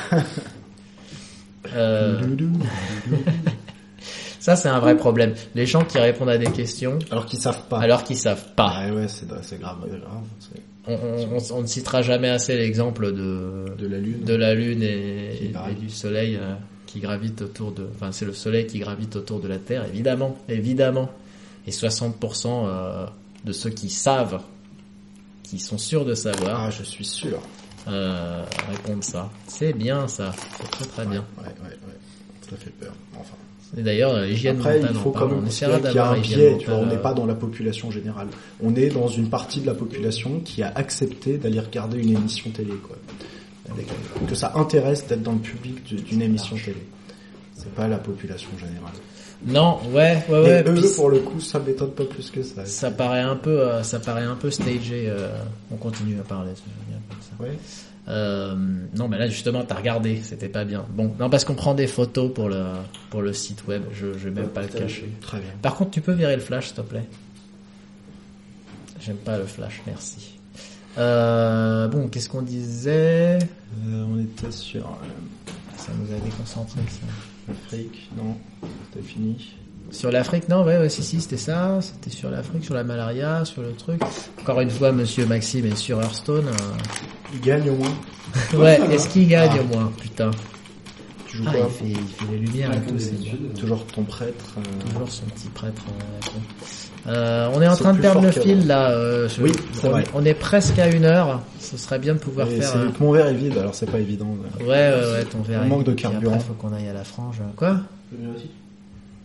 Ça, c'est un vrai problème. Les gens qui répondent à des questions... Alors qu'ils savent pas. Ouais, c'est grave. On ne citera jamais assez l'exemple de la Lune et du Soleil qui gravite autour de... Enfin, c'est le Soleil qui gravite autour de la Terre, évidemment. Et 60% de ceux qui savent, qui sont sûrs de savoir... Ah, je suis sûr. Répondent ça. C'est bien, ça. C'est très très bien. Ouais. Ça fait peur. Enfin... Et d'ailleurs, l'hygiène mentale, mentale, il faut quand même considérer qu'il y a un biais, tu vois, on n'est pas dans la population générale. On est dans une partie de la population qui a accepté d'aller regarder une émission télé, quoi. Que ça intéresse d'être dans le public d'une émission télé. C'est pas la population générale. Non, ouais. Et eux, pour le coup, ça m'étonne pas plus que ça. Ça paraît un peu stagé. On continue à parler. Comme ça. Ouais. Non, mais là justement t'as regardé, c'était pas bien. Bon, non, parce qu'on prend des photos pour le site web. Je vais même pas le cacher. Très bien. Par contre, tu peux virer le flash, s'il te plaît. J'aime pas le flash, merci. Bon, qu'est-ce qu'on disait? On était sur... Ça nous a déconcentré, ça. L'Afrique, non, c'était fini. Sur l'Afrique, non, ouais, si, c'était ça. C'était sur l'Afrique, sur la malaria, sur le truc. Encore une fois, Monsieur Maxime est sur Hearthstone. Il gagne au moins. Ouais, est-ce qu'il gagne au moins? Putain. Tu joues quoi? Il fait les lumières et tout, c'est bien. Toujours ton prêtre. Toujours son petit prêtre. On est en train de perdre le fil là. Oui, c'est vrai. On est presque à 1 heure. Ce serait bien de pouvoir faire. C'est que mon verre est vide, alors c'est pas évident. Ouais, ton verre. On manque de carburant. Après, faut qu'on aille à la frange. Quoi?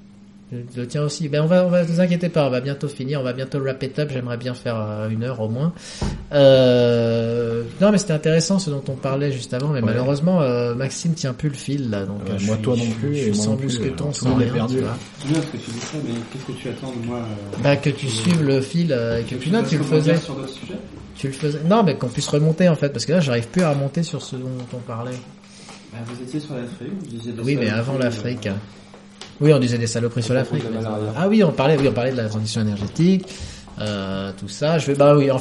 Je le tiens aussi. Ben on va vous inquiétez pas, on va bientôt finir, on va bientôt wrap it up. J'aimerais bien faire 1 heure au moins. Non mais c'était intéressant ce dont on parlait juste avant, mais malheureusement Maxime tient plus le fil là, donc moi toi non plus, je suis sans mousqueton, sans rien. Perdu. C'est bien ce que tu dis ça, mais qu'est-ce que tu attends de moi Bah que tu suives le fil et que tu notes, tu le faisais. Sur d'autres sujets. Tu le faisais. Non mais qu'on puisse remonter en fait, parce que là j'arrive plus à remonter sur ce dont on parlait. Bah, vous étiez sur l'Afrique, vous disiez des Oui mais saloperies, avant l'Afrique. Oui, on disait des saloperies sur l'Afrique. Ah oui, on parlait de la transition énergétique, tout ça. C'est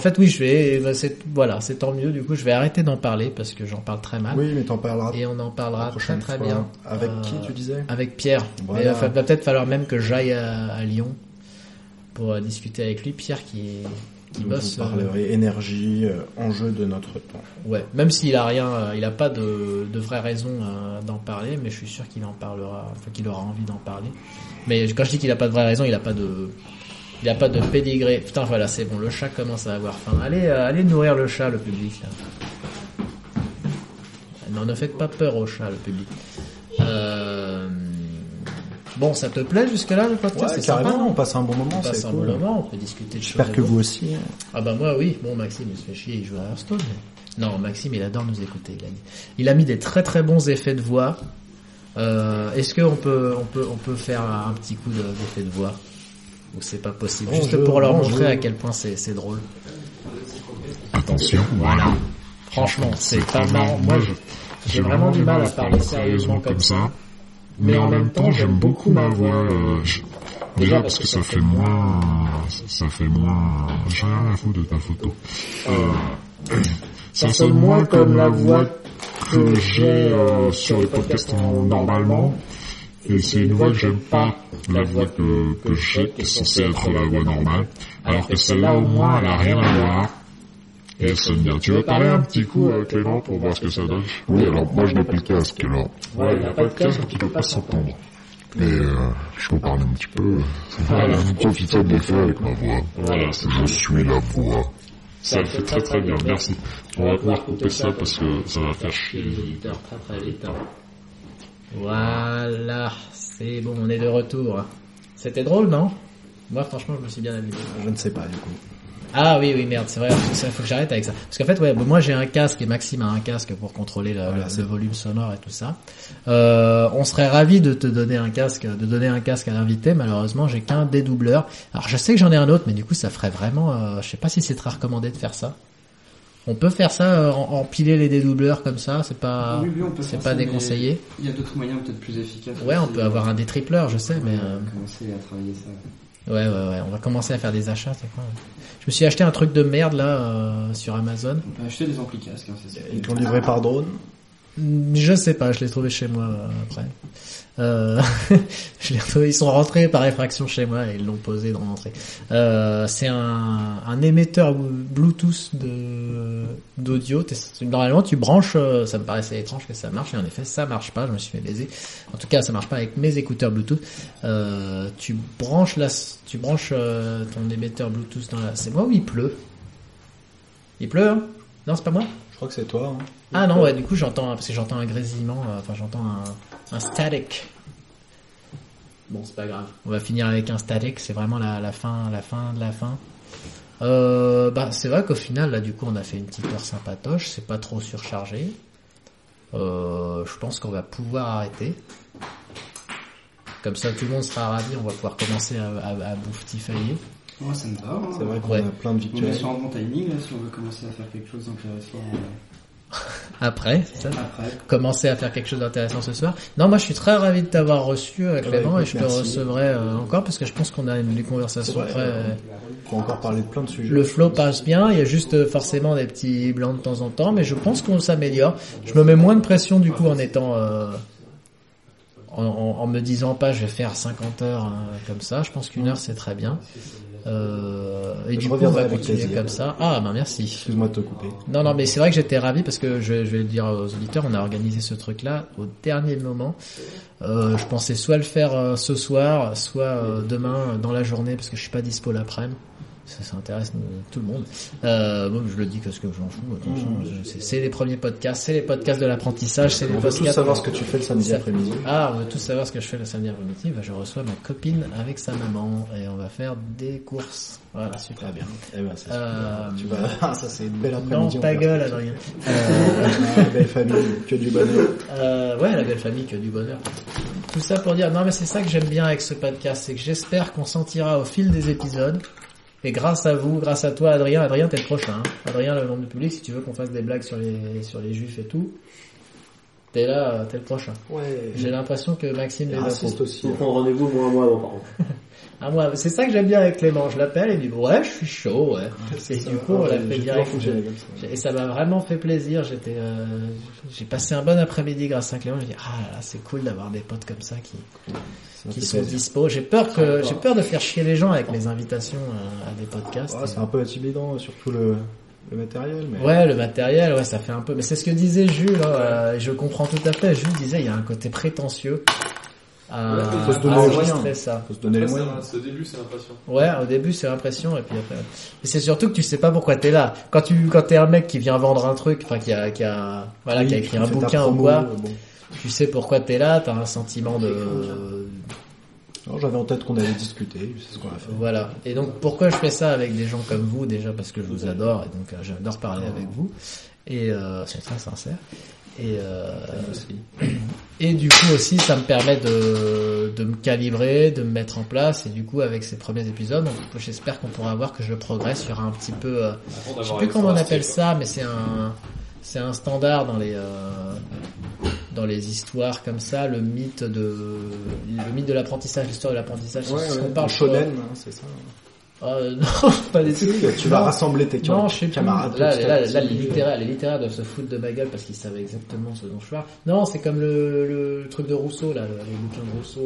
tant mieux. Du coup, je vais arrêter d'en parler parce que j'en parle très mal. Oui, mais t'en parleras. Et on en parlera très très fois. bien. Avec qui tu disais? Avec Pierre. Voilà. Mais va peut-être falloir même que j'aille à Lyon pour discuter avec lui. Pierre qui bosse. Vous parlerez énergie, enjeu de notre temps. Ouais, même s'il a rien, il a pas de vraie raison d'en parler, mais je suis sûr qu'il en parlera, enfin qu'il aura envie d'en parler. Mais quand je dis qu'il a pas de vraie raison, il a pas de pédigré. Putain, voilà, c'est bon, le chat commence à avoir faim. Allez nourrir le chat, le public. Là. Non, ne faites pas peur au chat, le public. Bon, ça te plaît jusque-là le podcast? Ouais, c'est carrément, sympa, on passe un bon moment, on passe c'est un cool. bon moment, on peut discuter de choses. J'espère que vous aussi. Ah bah moi oui, bon Maxime il se fait chier, il joue à Hearthstone. Mais... Non, Maxime il adore nous écouter. Il a mis des très très bons effets de voix. Est-ce qu'on peut faire un petit coup d'effet de voix? Ou c'est pas possible? Juste pour leur montrer à quel point c'est drôle. Attention, Voilà. Franchement, c'est pas marrant. Moi j'ai vraiment du mal à parler sérieusement comme ça. mais en même temps, j'aime beaucoup ma voix. Déjà parce que ça fait moins. J'ai rien à foutre de ta photo. Ça sonne moins comme la voix que j'ai sur les podcasts normalement. Et c'est une voix que j'aime pas, la voix que j'ai, qui est censée être la voix normale. Alors que celle-là, au moins, elle a rien à voir. Et elle sonne bien. Tu veux parler un petit coup, Clément, pour voir ce que ça donne? Oui, alors moi je n'ai plus le casque, alors. Ouais, il n'y a pas de casque, donc il ne peut pas s'entendre. Mais je peux parler un petit peu. Voilà, vous profitez de l'effet avec ma voix. Voilà, je suis la voix. Ça le fait très très bien, merci. On va pouvoir couper ça parce que ça va faire chier les auditeurs très très vite. Voilà, c'est bon, on est de retour. C'était drôle, non? Moi franchement je me suis bien amusé. Je ne sais pas du coup. Ah oui, merde, c'est vrai, faut que j'arrête avec ça. Parce qu'en fait, moi j'ai un casque et Maxime a un casque pour contrôler le volume sonore et tout ça. On serait ravis de te donner un casque, à l'invité. Malheureusement, j'ai qu'un dédoubleur. Alors je sais que j'en ai un autre, mais du coup ça ferait vraiment, je sais pas si c'est très recommandé de faire ça. On peut faire ça, empiler les dédoubleurs comme ça, c'est pas, oui, on peut c'est faire pas ça, déconseillé. Il y a d'autres moyens peut-être plus efficaces. Ouais, on peut avoir un détripleur, je sais, mais commencer à travailler ça. Ouais, on va commencer à faire des achats, c'est quoi. Je me suis acheté un truc de merde là sur Amazon. On peut acheter des amplis casques, hein, c'est ça. Ils t'ont livré par drone? Je sais pas, je l'ai trouvé chez moi après. Je l'ai retrouvé, ils sont rentrés par effraction chez moi et ils l'ont posé dans l'entrée. C'est un émetteur Bluetooth d'audio. Normalement, tu branches. Ça me paraissait étrange que ça marche et en effet, ça marche pas. Je me suis fait baiser. En tout cas, ça marche pas avec mes écouteurs Bluetooth. Tu branches ton émetteur Bluetooth dans la. C'est moi ou il pleut? Il pleut, hein? Non, c'est pas moi. Je crois que c'est toi. Hein. Ah non, ouais, du coup parce que j'entends un grésillement, j'entends un static. Bon, c'est pas grave. On va finir avec un static, c'est vraiment la fin de la fin. C'est vrai qu'au final, là, du coup, on a fait une petite heure sympatoche, c'est pas trop surchargé. Je pense qu'on va pouvoir arrêter. Comme ça, tout le monde sera ravi, on va pouvoir commencer à bouffe-tifailler. Ouais, ça me va. Hein. C'est vrai qu'on a plein de On est victuels. sur un bon timing là, si on veut commencer à faire quelque chose d'intéressant. Après, c'est ça. Après. Commencer à faire quelque chose d'intéressant ce soir. Non, moi je suis très ravi de t'avoir reçu, Clément, et je te recevrai encore parce que je pense qu'on a des conversations très. On peut encore parler de plein de sujets. Le flow passe bien, il y a juste forcément des petits blancs de temps en temps, mais je pense qu'on s'améliore. Je me mets moins de pression du coup en étant en me disant pas je vais faire 50 heures comme ça. Je pense qu'une heure c'est très bien. Et du coup on va continuer comme ça. Ah bah merci. Excuse-moi de te couper. Non mais c'est vrai que j'étais ravi parce que je vais le dire aux auditeurs, on a organisé ce truc là au dernier moment. Je pensais soit le faire ce soir, soit demain dans la journée parce que je suis pas dispo l'après-midi. Ça intéresse tout le monde. Bon, je le dis parce que je m'en fous. C'est les premiers podcasts, c'est les podcasts de l'apprentissage, c'est les On veut podcasts. tous savoir ce que tu fais le samedi après-midi. Ah, on veut tous savoir ce que je fais le samedi après-midi. Bah, je reçois ma copine avec sa maman et on va faire des courses. Voilà, super bien. Eh ben, c'est super. Tu vas... ça c'est une belle après-midi. Non, ta gueule, Adrien. La belle famille, que du bonheur. Ouais, la belle famille, que du bonheur. Tout ça pour dire, non mais c'est ça que j'aime bien avec ce podcast, c'est que j'espère qu'on sentira au fil des épisodes. Et grâce à vous, grâce à toi, Adrien, t'es le prochain. Hein. Adrien, le membre du public, si tu veux qu'on fasse des blagues sur les juifs et tout, t'es là, t'es le prochain. Ouais. J'ai l'impression que Maxime les raciste aussi. Faut prendre rendez-vous moi avant, par contre. Ah, moi, c'est ça que j'aime bien avec Clément. Je l'appelle et il dit, ouais, je suis chaud, ouais. Et du coup, on l'a fait direct. Et ça m'a vraiment fait plaisir. J'ai passé un bon après-midi grâce à Clément. Je dis, ah là, c'est cool d'avoir des potes comme ça qui sont dispo. J'ai peur de faire chier les gens avec mes invitations à des podcasts. Ouais, c'est un peu intimidant, surtout le matériel. Mais... Ouais, le matériel, ouais, ça fait un peu. Mais c'est ce que disait Jules. Je comprends tout à fait. Jules disait, il y a un côté prétentieux. Faut se donner les moyens. Faut se donner les moyens. Au début, c'est l'impression. Ouais, au début, c'est l'impression, et puis après. Et c'est surtout que tu sais pas pourquoi t'es là. Quand t'es un mec qui vient vendre un truc, enfin, qui a écrit un bouquin ou quoi, tu sais pourquoi t'es là, t'as un sentiment de... Alors, j'avais en tête qu'on allait discuter, c'est ce qu'on a fait. Voilà. Et donc, pourquoi je fais ça avec des gens comme vous, déjà parce que je vous adore, et donc, j'adore parler avec vous. Et, c'est très sincère. Et du coup aussi ça me permet de me calibrer, de me mettre en place, et du coup avec ces premiers épisodes j'espère qu'on pourra voir que je progresse. Il y aura un petit peu je sais plus comment on appelle ça, mais c'est un standard dans les histoires comme ça, le mythe de l'apprentissage, l'histoire de l'apprentissage. Ouais, c'est ce qu'on ouais, parle shonen, c'est ça. Non, pas des trucs. Tu vas rassembler tes camarades. Là, les littéraires doivent se foutre de ma gueule parce qu'ils savaient exactement ce dont je parle. Non, c'est comme le truc de Rousseau, là, les bouquins de Rousseau,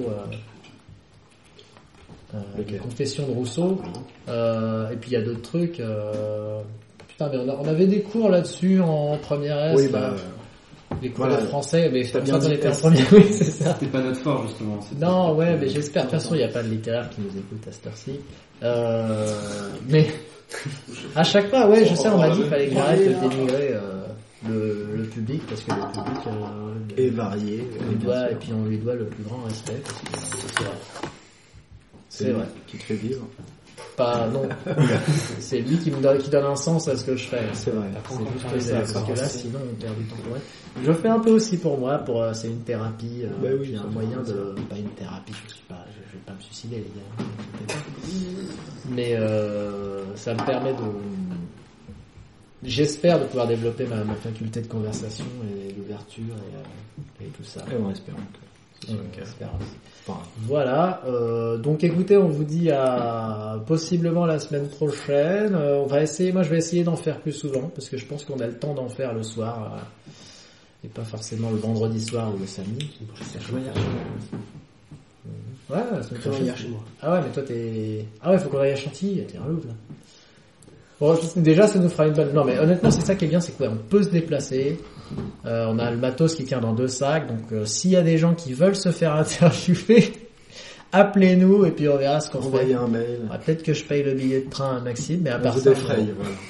les confessions de Rousseau. Et puis il y a d'autres trucs. Putain, mais on avait des cours là-dessus en première S. Oui, bah. Les cours de français, mais t'as bien dit, on était en première. Oui, c'est ça. C'était pas notre fort, justement. Non, ouais, mais j'espère. De toute façon, il n'y a pas de littéraire qui nous écoute à cette heure-ci. Mais à chaque fois, ouais, je sais, on m'a dit qu'il fallait que j'arrête de dénigrer le public, parce que le public est varié. Et puis on lui doit le plus grand respect. C'est vrai. C'est vrai. Qui te fait vivre. Pas non. C'est lui qui donne un sens à ce que je fais. C'est vrai. C'est juste parce que là, sinon on perd du temps pour elle. Je fais un peu aussi pour moi, c'est une thérapie, puis un moyen de, pas une thérapie, je vais pas me suicider les gars. Mais ça me permet j'espère de pouvoir développer ma faculté de conversation et d'ouverture et tout ça. Et on espère. Voilà, donc écoutez, on vous dit à possiblement la semaine prochaine. Moi je vais essayer d'en faire plus souvent parce que je pense qu'on a le temps d'en faire le soir et pas forcément le vendredi soir ou le samedi. Ouais, la semaine prochaine. Chez moi. Ah ouais, mais toi faut qu'on aille à Chantilly, t'es un loup là. Bon, déjà ça nous fera une bonne... Non mais honnêtement c'est ça qui est bien, c'est qu'on peut se déplacer. On a le matos qui tient dans 2 sacs, donc s'il y a des gens qui veulent se faire interviewer, appelez-nous et puis on verra ce qu'on fait. Envoyez un mail. Peut-être que je paye le billet de train à Maxime, mais à part ça... voilà.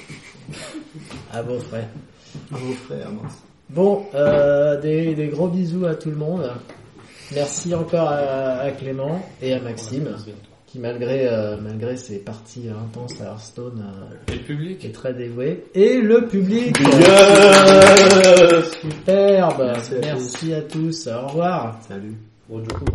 À vos frais. À vos frais, mince. Bon, des gros bisous à tout le monde. Merci encore à Clément et à Maxime, qui malgré ses parties intenses à Hearthstone le public est très dévoué. Et le public superbe. Merci à tous. Au revoir. Salut. Bon, du coup.